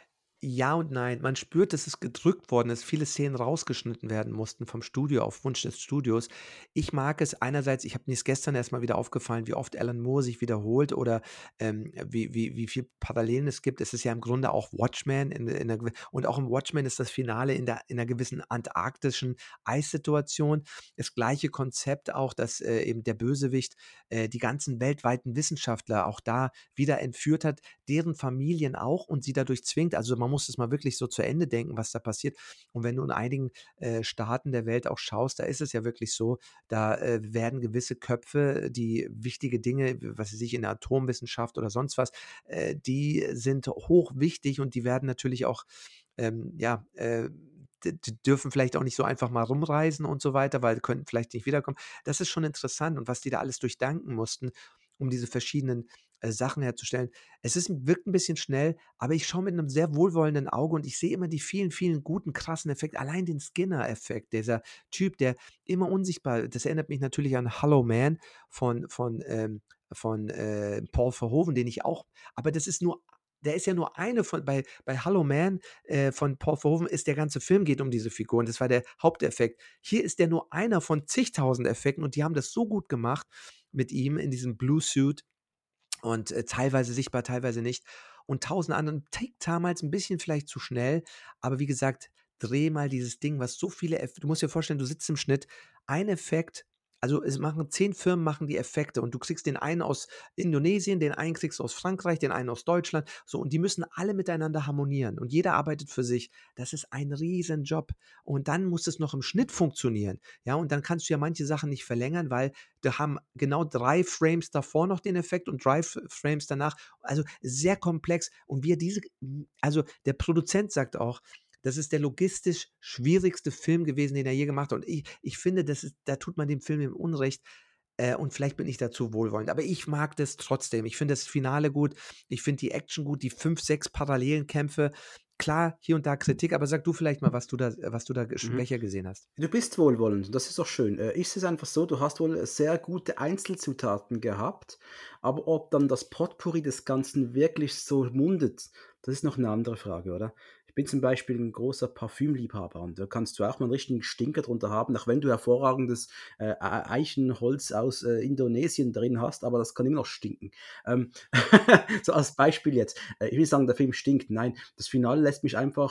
Ja und nein. Man spürt, dass es gedrückt worden ist, viele Szenen rausgeschnitten werden mussten vom Studio auf Wunsch des Studios. Ich mag es einerseits ich habe mir ist gestern erst mal wieder aufgefallen, wie oft Alan Moore sich wiederholt oder, ähm, wie wie wie viel Parallelen es gibt. Es ist ja im Grunde auch Watchmen in in 'ner gewi und auch im Watchmen ist das Finale in der in 'ner gewissen antarktischen Eissituation. Das gleiche Konzept auch, dass, äh, eben der Bösewicht, äh, die ganzen weltweiten Wissenschaftler auch da wieder entführt hat, deren Familien auch und sie dadurch zwingt also, man muss das mal wirklich so zu Ende denken, was da passiert. Und wenn du in einigen, äh, Staaten der Welt auch schaust, da ist es ja wirklich so, da, äh, werden gewisse Köpfe, die wichtige Dinge, w was weiß ich, in der Atomwissenschaft oder sonst was, äh, die sind hochwichtig und die werden natürlich auch, ähm, ja, äh, d d dürfen vielleicht auch nicht so einfach mal rumreisen und so weiter, weil könnten vielleicht nicht wiederkommen. Das ist schon interessant und was die da alles durchdenken mussten, um diese verschiedenen, äh, Sachen herzustellen. Es ist wirkt 'n bisschen schnell, aber ich schaue mit 'nem sehr wohlwollenden Auge und ich sehe immer die vielen, vielen guten, krassen Effekte. Allein den Skinner-Effekt, dieser Typ, der immer unsichtbar das erinnert mich natürlich an „Hollow Man“ von von, ähm von, äh, Paul Verhoeven, den ich auch aber das ist nur der ist ja nur eine von bei bei „Hollow Man“, äh, von Paul Verhoeven ist der ganze Film geht um diese Figur und das war der Haupteffekt. Hier ist der nur einer von zigtausend Effekten und die haben das so gut gemacht mit ihm in diesem Blue Suit und, äh, teilweise sichtbar, teilweise nicht und tausend anderen Tick damals 'n bisschen vielleicht zu schnell, aber wie gesagt, dreh mal dieses Ding, was so viele Eff du musst dir vorstellen, du sitzt im Schnitt, ein Effekt also, es machen zehn Firmen machen die Effekte und du kriegst den einen aus Indonesien, den einen kriegst du aus Frankreich, den einen aus Deutschland, so und die müssen alle miteinander harmonieren und jeder arbeitet für sich. Das ist ein Riesenjob und dann muss es noch im Schnitt funktionieren, ja? Und dann kannst du ja manche Sachen nicht verlängern, weil wir haben genau drei Frames davor noch den Effekt und drei F Frames danach. Also, sehr komplex und wie er diese hm, also, der Produzent sagt auch, das ist der logistisch schwierigste Film gewesen, den er je gemacht hat. Und ich ich finde, das ist da tut man dem Film im Unrecht, äh, und vielleicht bin ich da zu wohlwollend, aber ich mag das trotzdem. Ich finde das Finale gut. Ich finde die Action gut, die fünf, sechs parallelen Kämpfe. Klar, hier und da Kritik, aber sag du vielleicht mal, was du da was du da Mhm. schwächer gesehen hast. Du bist wohlwollend, das ist doch schön. Äh, ist es einfach so, du hast wohl sehr gute Einzelzutaten gehabt, aber ob dann das Potpourri des Ganzen wirklich so mundet, das ist noch 'ne andere Frage, oder? Ich bin zum Beispiel 'n großer Parfümliebhaber und da kannst du auch mal 'n richtigen Stinker drunter haben, auch wenn du hervorragendes, äh, Ei Eichenholz aus, äh, Indonesien drin hast, aber das kann immer noch stinken. Ähm, so als Beispiel jetzt. Äh, ich will nicht sagen, der Film stinkt, nein, das Finale lässt mich einfach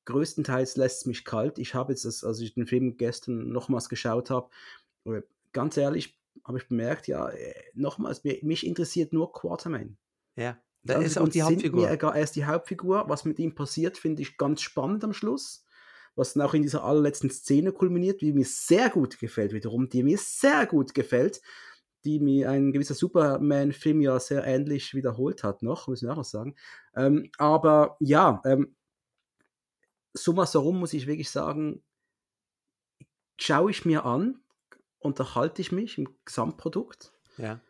größtenteils lässt's mich kalt. Ich habe jetzt das als ich den Film gestern nochmals geschaut habe, äh, ganz ehrlich habe ich bemerkt, ja, äh, nochmals, mi mich interessiert nur Quatermain. Ja, Die da anderen ist auch Figuren die sind mir Hauptfigur. egal. Er ist die Hauptfigur. Was mit ihm passiert, finde ich ganz spannend am Schluss, was dann auch in dieser allerletzten Szene kulminiert, die mir sehr gut gefällt wiederum, die mir sehr gut gefällt, die mir ein gewisser Superman-Film ja sehr ähnlich wiederholt hat noch, müssen wir auch noch sagen. Ähm, aber ja, ähm summa summarum muss ich wirklich sagen schaue ich mir an, unterhalte ich mich im Gesamtprodukt Ja.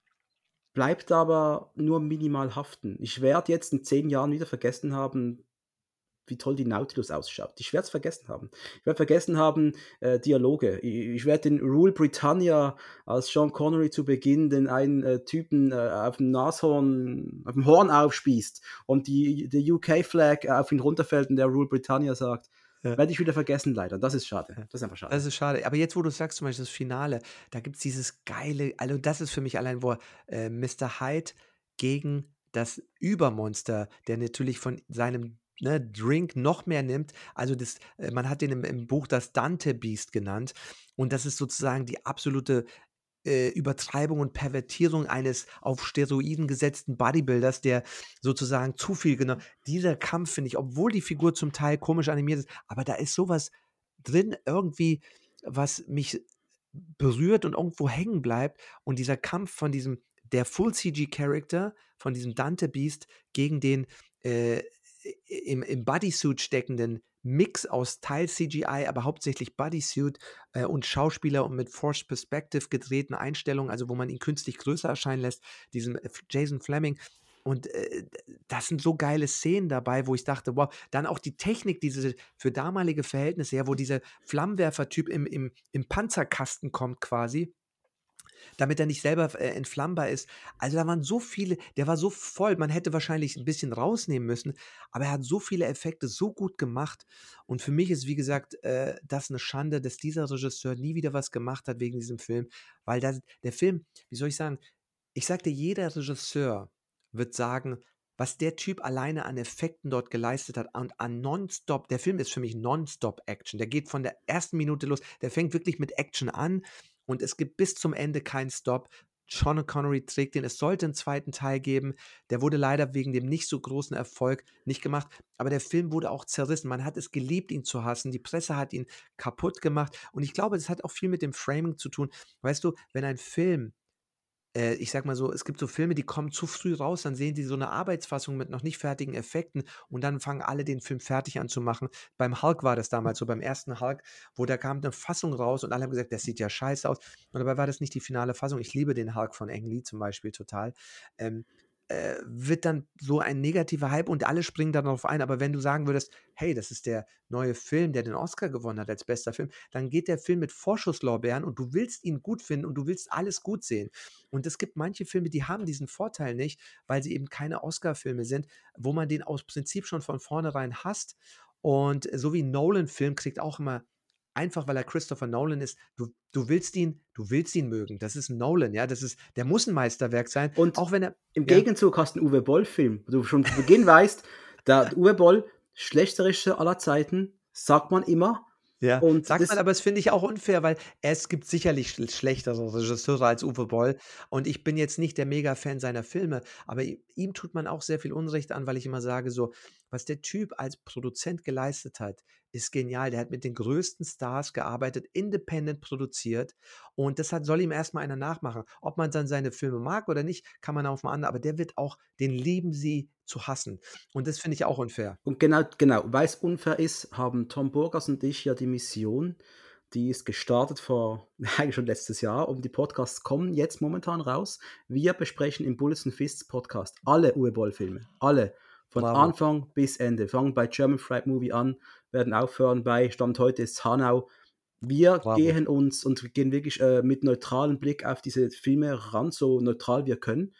bleibt aber nur minimal haften. Ich werde jetzt in zehn Jahren wieder vergessen haben, wie toll die Nautilus ausschaut. Ich werde es vergessen haben. Ich werde vergessen haben, äh, Dialoge. I ich werde den Rule Britannia, als Sean Connery zu Beginn den einen, äh, Typen, äh, auf'm Nashorn auf'm Horn aufspießt und die die U K Flag auf ihn runterfällt und der Rule Britannia sagt, Ja. werde ich wieder vergessen leider. Das ist schade. Ja. Das ist einfach Das schade. ist schade. Aber jetzt, wo du's sagst, zum Beispiel das Finale, da gibt's dieses geile also, das ist für mich allein, wo er, äh, Mister Hyde gegen das Übermonster, der natürlich von seinem, ne, Drink noch mehr nimmt. Also, das äh, man hat den im im Buch das Dante Beast genannt und das ist sozusagen die absolute, äh, Übertreibung und Pervertierung eines auf Steroiden gesetzten Bodybuilders, der sozusagen zu viel geno dieser Kampf finde ich, obwohl die Figur zum Teil komisch animiert ist, aber da ist so was drin irgendwie, was mich berührt und irgendwo hängen bleibt. Und dieser Kampf von diesem der Full C G Character, von diesem Dante Beast gegen den, äh, i im im Bodysuit steckenden Mix aus Teil C G I, aber hauptsächlich Bodysuit, äh, und Schauspieler und mit Forced Perspective gedrehten Einstellungen, also, wo man ihn künstlich größer erscheinen lässt, diesen F Jason Fleming. Und, äh, d das sind so geile Szenen dabei, wo ich dachte: „Wow.“ Dann auch die Technik, diese für damalige Verhältnisse, ja, wo dieser Flammenwerfer-Typ im im im Panzerkasten kommt quasi damit er nicht selber f äh, entflammbar ist. Also, da waren so viele der war so voll, man hätte wahrscheinlich 'n bisschen rausnehmen müssen, aber er hat so viele Effekte so gut gemacht. Und für mich ist, wie gesagt, äh, das 'ne Schande, dass dieser Regisseur nie wieder was gemacht hat wegen diesem Film, weil das der Film wie soll ich sagen ich sage dir, jeder Regisseur wird sagen, was der Typ alleine an Effekten dort geleistet hat und an nonstop der Film ist für mich Nonstop-Action. Der geht von der ersten Minute los. Der fängt wirklich mit Action an und es gibt bis zum Ende keinen Stop. Sean Connery trägt den. Es sollte 'n zweiten Teil geben. Der wurde leider wegen dem nicht so großen Erfolg nicht gemacht. Aber der Film wurde auch zerrissen. Man hat es geliebt, ihn zu hassen. Die Presse hat ihn kaputtgemacht. Und ich glaube, das hat auch viel mit dem Framing zu tun. Weißt du, wenn ein Film äh, ich sage mal so, es gibt so Filme, die kommen zu früh raus, dann sehen die so 'ne Arbeitsfassung mit noch nicht fertigen Effekten und dann fangen alle den Film fertig an zu machen. Beim Hulk war das damals so, beim ersten Hulk, wo da kam 'ne Fassung raus und alle haben gesagt: „Das sieht ja scheiße aus.“ Und dabei war das nicht die finale Fassung. Ich liebe den Hulk von Ang Lee zum Beispiel total. Ähm, äh, wird dann so ein negativer Hype und alle springen da drauf ein. Aber wenn du sagen würdest: „Hey, das ist der neue Film, der den Oscar gewonnen hat als bester Film“, dann geht der Film mit Vorschusslorbeeren und du willst ihn gut finden und du willst alles gut sehen. Und es gibt manche Filme, die haben diesen Vorteil nicht, weil sie eben keine Oscarfilme sind, wo man den aus Prinzip schon von vornherein hasst. Und so wie 'n Nolan-Film kriegt auch immer einfach, weil er Christopher Nolan ist, du du willst ihn du willst ihn mögen. Das ist Nolan, ja, das ist der muss 'n Meisterwerk sein, Und auch wenn er im ja? Gegenzug hast 'n Uwe Boll-Film, wo du schon zu Beginn weißt, der Uwe Boll, schlechtester Regisseur aller Zeiten, sagt man immer. Ja, Und sagt man, das aber das finde ich auch unfair, weil es gibt sicherlich schl schlechtere Regisseure als Uwe Boll und ich bin jetzt nicht der Mega-Fan seiner Filme, aber i ihm tut man auch sehr viel Unrecht an, weil ich immer sage so: „Was der Typ als Produzent geleistet hat, ist genial.“ Der hat mit den größten Stars gearbeitet, independent produziert und das hat soll ihm erst mal einer nachmachen. Ob man dann seine Filme mag oder nicht, kann man auf 'n ander aber der wird auch den lieben sie zu hassen und das finde ich auch unfair. Und genau genau, weil's unfair ist, haben Tom Burgers und ich ja die Mission, die ist gestartet vor eigentlich schon letztes Jahr und die Podcasts kommen jetzt momentan raus. Wir besprechen im Bullets and Fists Podcast alle Uwe Boll-Filme, alle, von Bravo. Anfang bis Ende. Fangen bei German Fried Movie an, werden aufhören bei Stand heute ist Hanau. Wir Bravo. gehen uns und gehen wirklich, äh, mit neutralem Blick auf diese Filme ran, so neutral wir können,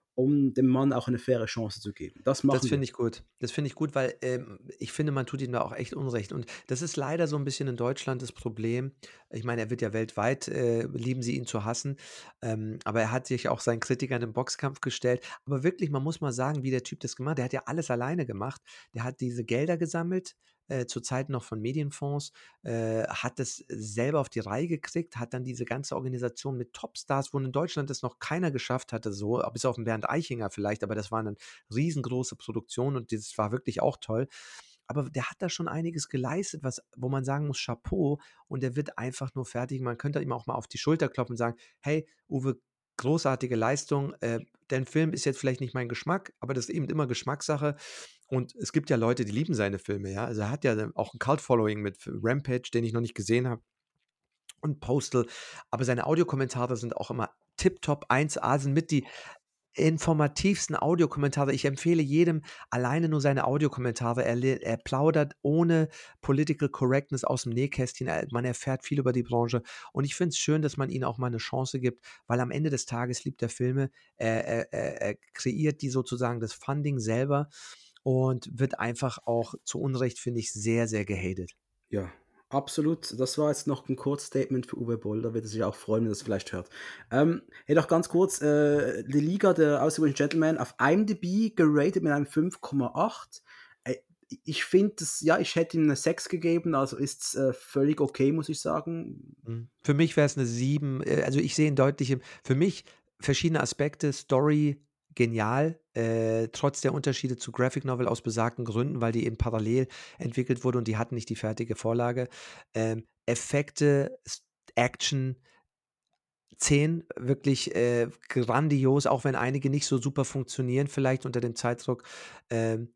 um dem Mann auch eine faire Chance zu geben. Das Das machen wir. finde ich gut. Das finde ich gut, weil, ähm, ich finde, man tut ihm da auch echt Unrecht und das ist leider so 'n bisschen in Deutschland das Problem. Ich meine, er wird ja weltweit, äh, lieben sie ihn zu hassen, ähm, aber er hat sich auch seinen Kritikern im Boxkampf gestellt. Aber wirklich, man muss mal sagen, wie der Typ das gemacht der hat ja alles alleine gemacht. Der hat diese Gelder gesammelt, äh, zu Zeiten noch von Medienfonds, äh, hat das selber auf die Reihe gekriegt, hat dann diese ganze Organisation mit Topstars, wo in Deutschland das noch keiner geschafft hatte, so, bis auf den Bernd Eichinger vielleicht, aber das waren dann riesengroße Produktionen und das war wirklich auch toll. Aber der hat da schon einiges geleistet, was, wo man sagen muss, Chapeau, und der wird einfach nur fertig. Man könnte ihm auch mal auf die Schulter klopfen und sagen, hey, Uwe, großartige Leistung. Äh, dein Film ist jetzt vielleicht nicht mein Geschmack, aber das ist eben immer Geschmackssache. Und es gibt ja Leute, die lieben seine Filme, ja. Also er hat ja auch ein Cult-Following mit Rampage, den ich noch nicht gesehen habe, und Postal. Aber seine Audiokommentare sind auch immer tipptopp eins A, sind mit die informativsten Audiokommentare. Ich empfehle jedem alleine nur seine Audiokommentare. Er, le- er plaudert ohne Political Correctness aus dem Nähkästchen. Er, man erfährt viel über die Branche. Und ich finde es schön, dass man ihnen auch mal eine Chance gibt, weil am Ende des Tages liebt er Filme. Er, er, er, er kreiert die sozusagen das Funding selber und wird einfach auch zu Unrecht, finde ich, sehr, sehr gehatet. Ja, absolut. Das war jetzt noch ein Kurzstatement für Uwe Boll. Da wird er sich auch freuen, wenn er das vielleicht hört. Ähm, hey, noch ganz kurz, äh, die Liga der Außerirdischen Gentlemen auf IMDb geratet mit einem fünf Komma acht. Äh, ich finde das, ja, ich hätte ihm eine sechs gegeben, also ist äh, völlig okay, muss ich sagen. Mhm. Für mich wäre es eine sieben. Äh, also, ich sehe ihn deutlich im für mich verschiedene Aspekte, Story genial, äh, trotz der Unterschiede zu Graphic Novel aus besagten Gründen, weil die eben parallel entwickelt wurde und die hatten nicht die fertige Vorlage. Ähm, Effekte, S Action, zehn, wirklich, äh, grandios, auch wenn einige nicht so super funktionieren vielleicht unter dem Zeitdruck. Ähm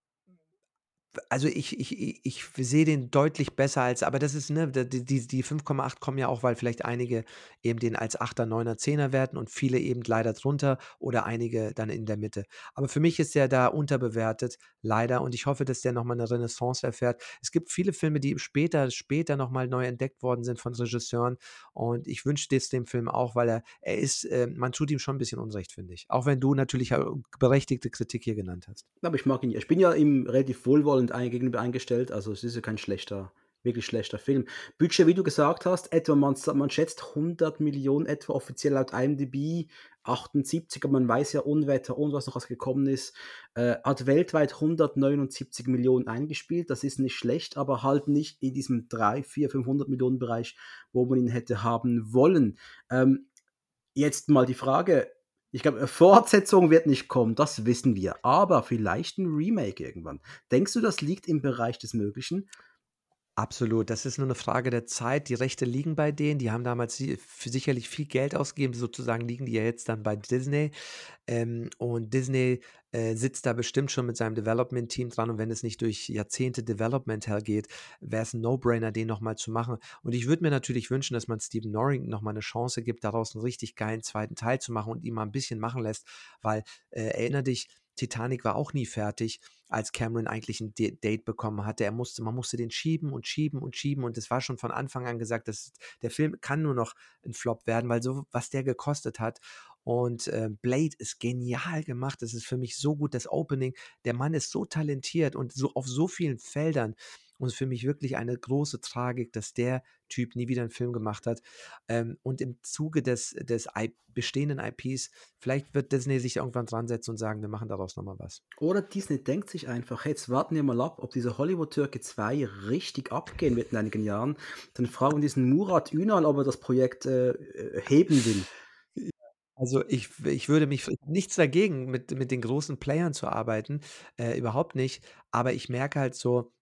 also, ich ich i ich sehe den deutlich besser als, aber das ist, ne, d die die die fünf Komma acht kommen ja auch, weil vielleicht einige eben den als Achter, Neuner, Zehner werten und viele eben leider drunter oder einige dann in der Mitte. Aber für mich ist der da unterbewertet, leider, und ich hoffe, dass der noch mal 'ne Renaissance erfährt. Es gibt viele Filme, die später später noch mal neu entdeckt worden sind von Regisseuren, und ich wünsche das dem Film auch, weil er er ist, äh man tut ihm schon 'n bisschen Unrecht, finde ich. Auch wenn du natürlich, äh, berechtigte Kritik hier genannt hast. Aber ich mag ihn ja. Ich bin ja ihm relativ wohlwollend ein gegenüber eingestellt, also es ist ja kein schlechter wirklich schlechter Film. Budget, wie du gesagt hast, etwa man man schätzt hundert Millionen etwa, offiziell laut IMDb achtundsiebzig, aber man weiß ja Unwetter und was noch was gekommen ist. Äh, hat weltweit hundertneunundsiebzig Millionen eingespielt, das ist nicht schlecht, aber halt nicht in diesem drei, vier, fünfhundert Millionen Bereich, wo man ihn hätte haben wollen. Ähm, Jetzt mal die Frage, ich glaube, eine Fortsetzung wird nicht kommen, das wissen wir, aber vielleicht ein Remake irgendwann. Denkst du, das liegt im Bereich des Möglichen? Absolut, das ist nur eine Frage der Zeit. Die Rechte liegen bei denen. Die haben damals si f sicherlich viel Geld ausgegeben. Sozusagen liegen die ja jetzt dann bei Disney. Ähm, und Disney, äh, sitzt da bestimmt schon mit seinem Development-Team dran, und wenn es nicht durch Jahrzehnte Development Hell geht, wäre es ein No-Brainer, den noch mal zu machen. Und ich würde mir natürlich wünschen, dass man Stephen Norrington noch mal 'ne Chance gibt, daraus einen richtig geilen zweiten Teil zu machen und ihn mal ein bisschen machen lässt, weil, äh, erinnere dich, Titanic war auch nie fertig, als Cameron eigentlich ein D Date bekommen hatte. Er musste man musste den schieben und schieben und schieben, und es war schon von Anfang an gesagt, dass der Film kann nur noch ein Flop werden, weil so was der gekostet hat. Und, äh, Blade ist genial gemacht. Das ist für mich so gut, das Opening. Der Mann ist so talentiert und so auf so vielen Feldern, und für mich wirklich eine große Tragik, dass der Typ nie wieder einen Film gemacht hat. Ähm, und im Zuge des des I bestehenden I Ps, vielleicht wird Disney sich irgendwann dran setzen und sagen: „Wir machen daraus noch mal was.“ Oder Disney denkt sich einfach: „Hey, jetzt warten wir mal ab, ob diese Hollywood-Türke zwei richtig abgehen wird in einigen Jahren. Dann fragen wir diesen Murat Ünal, ob er das Projekt, äh, äh, heben will.“ Ja. Also, ich ich würde mich ich habe nichts dagegen, mit mit den großen Playern zu arbeiten, äh, überhaupt nicht. Aber ich merke halt so,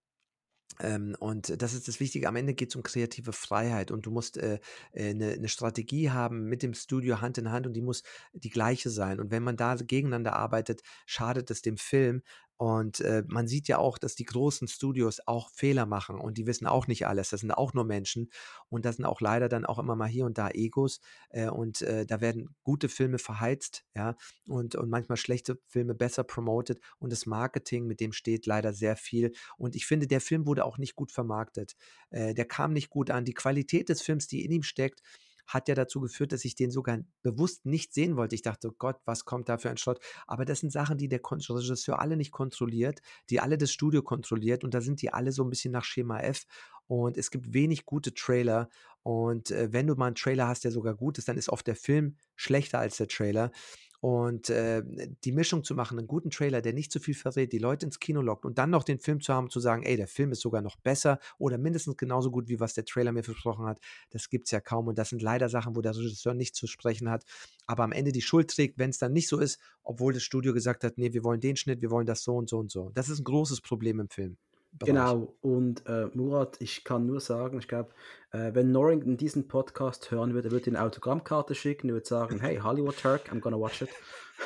Ähm, und das ist das Wichtige. Am Ende geht es um kreative Freiheit, und du musst, äh, äh, 'ne 'ne Strategie haben mit dem Studio Hand in Hand, und die muss die gleiche sein. Und wenn man da gegeneinander arbeitet, schadet es dem Film. Und, äh, man sieht ja auch, dass die großen Studios auch Fehler machen, und die wissen auch nicht alles. Das sind auch nur Menschen, und da sind auch leider dann auch immer mal hier und da Egos, äh, und, äh, da werden gute Filme verheizt, ja, und und manchmal schlechte Filme besser promoted, und das Marketing, mit dem steht leider sehr viel, und ich finde, der Film wurde auch nicht gut vermarktet. Äh, der kam nicht gut an. Die Qualität des Films, die in ihm steckt, hat ja dazu geführt, dass ich den sogar bewusst nicht sehen wollte. Ich dachte: „Oh Gott, was kommt da für ein Schrott?“ Aber das sind Sachen, die der Kon Regisseur alle nicht kontrolliert, die alle das Studio kontrolliert, und da sind die alle so ein bisschen nach Schema F, und es gibt wenig gute Trailer, und, äh, wenn du mal einen Trailer hast, der sogar gut ist, dann ist oft der Film schlechter als der Trailer, Und äh, die Mischung zu machen, einen guten Trailer, der nicht zu viel verrät, die Leute ins Kino lockt und dann noch den Film zu haben, zu sagen, ey, der Film ist sogar noch besser oder mindestens genauso gut, wie was der Trailer mir versprochen hat, das gibt es ja kaum. Und das sind leider Sachen, wo der Regisseur nicht zu sprechen hat, aber am Ende die Schuld trägt, wenn es dann nicht so ist, obwohl das Studio gesagt hat, nee, wir wollen den Schnitt, wir wollen das so und so und so. Das ist ein großes Problem im Filmbereich. Genau, und äh, Murat, ich kann nur sagen, ich glaube, äh, wenn Norrington diesen Podcast hören würde, er würde dir eine Autogrammkarte schicken, er würde sagen, hey, Hollywood Turk, I'm gonna watch it.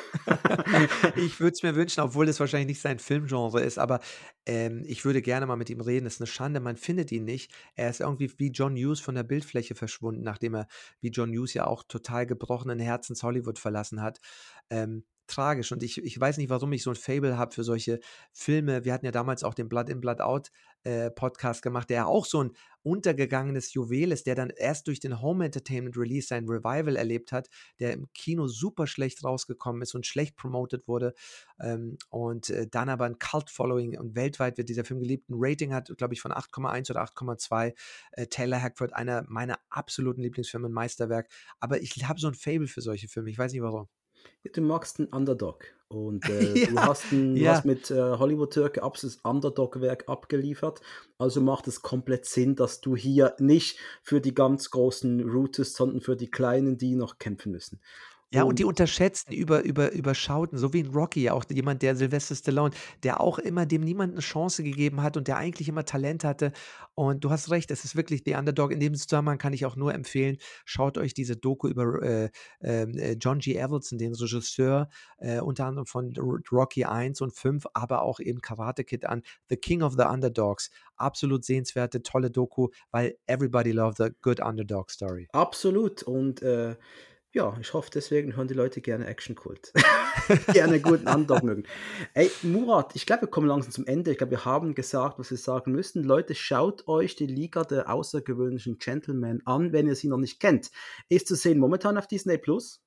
Ich würde es mir wünschen, obwohl das wahrscheinlich nicht sein Filmgenre ist, aber ähm, ich würde gerne mal mit ihm reden. Es ist eine Schande, man findet ihn nicht. Er ist irgendwie wie John Hughes von der Bildfläche verschwunden, nachdem er wie John Hughes ja auch total gebrochenen Herzens Hollywood verlassen hat. Ähm, tragisch. Und ich, ich weiß nicht, warum ich so ein Faible habe für solche Filme. Wir hatten ja damals auch den Blood in, Blood out äh, Podcast gemacht, der ja auch so ein untergegangenes Juwel ist, der dann erst durch den Home Entertainment Release sein Revival erlebt hat, der im Kino super schlecht rausgekommen ist und schlecht promoted wurde ähm, und äh, dann aber ein Cult-Following und weltweit wird dieser Film geliebt. Ein Rating hat, glaube ich, von acht Komma eins oder acht Komma zwei. Äh, Taylor Hackford, einer meiner absoluten Lieblingsfilme, ein Meisterwerk. Aber ich habe so ein Faible für solche Filme. Ich weiß nicht warum. Ja, du magst einen Underdog und äh, du Ja, hast, ein, du ja. hast mit äh, Hollywood Türke absolutes Underdog-Werk abgeliefert, also macht es komplett Sinn, dass du hier nicht für die ganz Großen rootest, sondern für die Kleinen, die noch kämpfen müssen. Ja, und die Und unterschätzten, über über überschauten, so wie 'n Rocky, ja auch jemand, der Sylvester Stallone, der auch immer dem niemand 'ne Chance gegeben hat und der eigentlich immer Talent hatte. Und du hast recht, es ist wirklich The Underdog. In dem Zusammenhang kann ich auch nur empfehlen, schaut euch diese Doku über, äh, ähm, äh, John G. Avildsen, den Regisseur, äh, unter anderem von R Rocky eins und fünf, aber auch eben Karate Kid an. The King of the Underdogs. Absolut sehenswerte, tolle Doku, weil everybody loves a good Underdog Story. absolut. Und äh, ja, ich hoffe, deswegen hören die Leute gerne Action-Kult. Gerne guten Underdog mögen. Ey, Murat, ich glaube, wir kommen langsam zum Ende. Ich glaube, wir haben gesagt, was wir sagen müssen. Leute, schaut euch die Liga der außergewöhnlichen Gentlemen an, wenn ihr sie noch nicht kennt. Ist zu sehen momentan auf Disney Plus.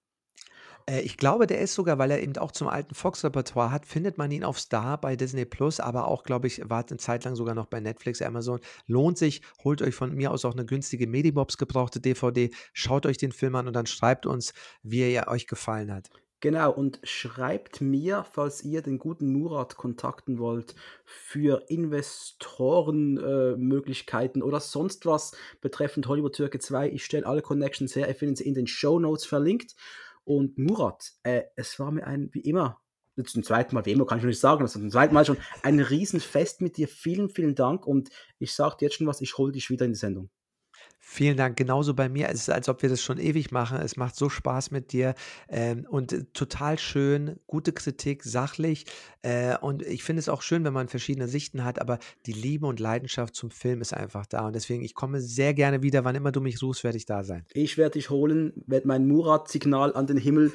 Äh, ich glaube, der ist sogar, weil er eben auch zum alten Fox-Repertoire hat, findet man ihn auf Star bei Disney Plus, aber auch, glaube ich, war eine Zeit lang sogar noch bei Netflix, Amazon. Lohnt sich, holt euch von mir aus auch eine günstige Medibobs gebrauchte D V D, schaut euch den Film an und dann schreibt uns, wie er euch gefallen hat. Genau, und schreibt mir, falls ihr den guten Murat kontakten wollt für Investorenmöglichkeiten äh, Möglichkeiten oder sonst was betreffend Hollywood Türke zwei. Ich stelle alle Connections her, ihr findet sie in den Show Notes verlinkt. Und Murat, äh, es war mir ein, wie immer, jetzt zum zweiten Mal, wie immer kann ich noch nicht sagen, also zum zweiten Mal schon, ein Riesenfest mit dir. Vielen, vielen Dank und ich sage dir jetzt schon was, ich hole dich wieder in die Sendung. Vielen Dank. Genauso bei mir. Es ist, als ob wir das schon ewig machen. Es macht so Spaß mit dir ähm, und äh, total schön, gute Kritik, sachlich. Äh, und ich finde es auch schön, wenn man verschiedene Sichten hat, aber die Liebe und Leidenschaft zum Film ist einfach da. Und deswegen, ich komme sehr gerne wieder. Wann immer du mich rufst, werde ich da sein. Ich werde dich holen, werde mein Murat-Signal an den Himmel,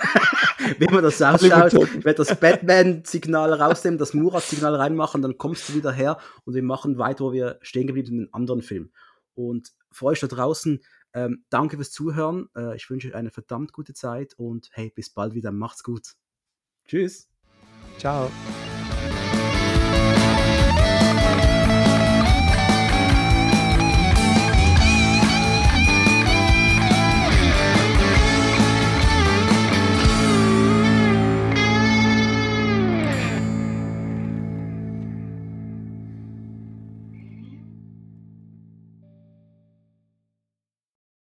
wie man das Hollywood ausschaut, Türken. werde das Batman-Signal rausnehmen, das Murat-Signal reinmachen, dann kommst du wieder her und wir machen weiter, wo wir stehen geblieben sind in einem anderen Film. Und für euch da draußen, ähm, danke fürs Zuhören. Äh, ich wünsche euch eine verdammt gute Zeit und hey, bis bald wieder. Macht's gut. Tschüss. Ciao.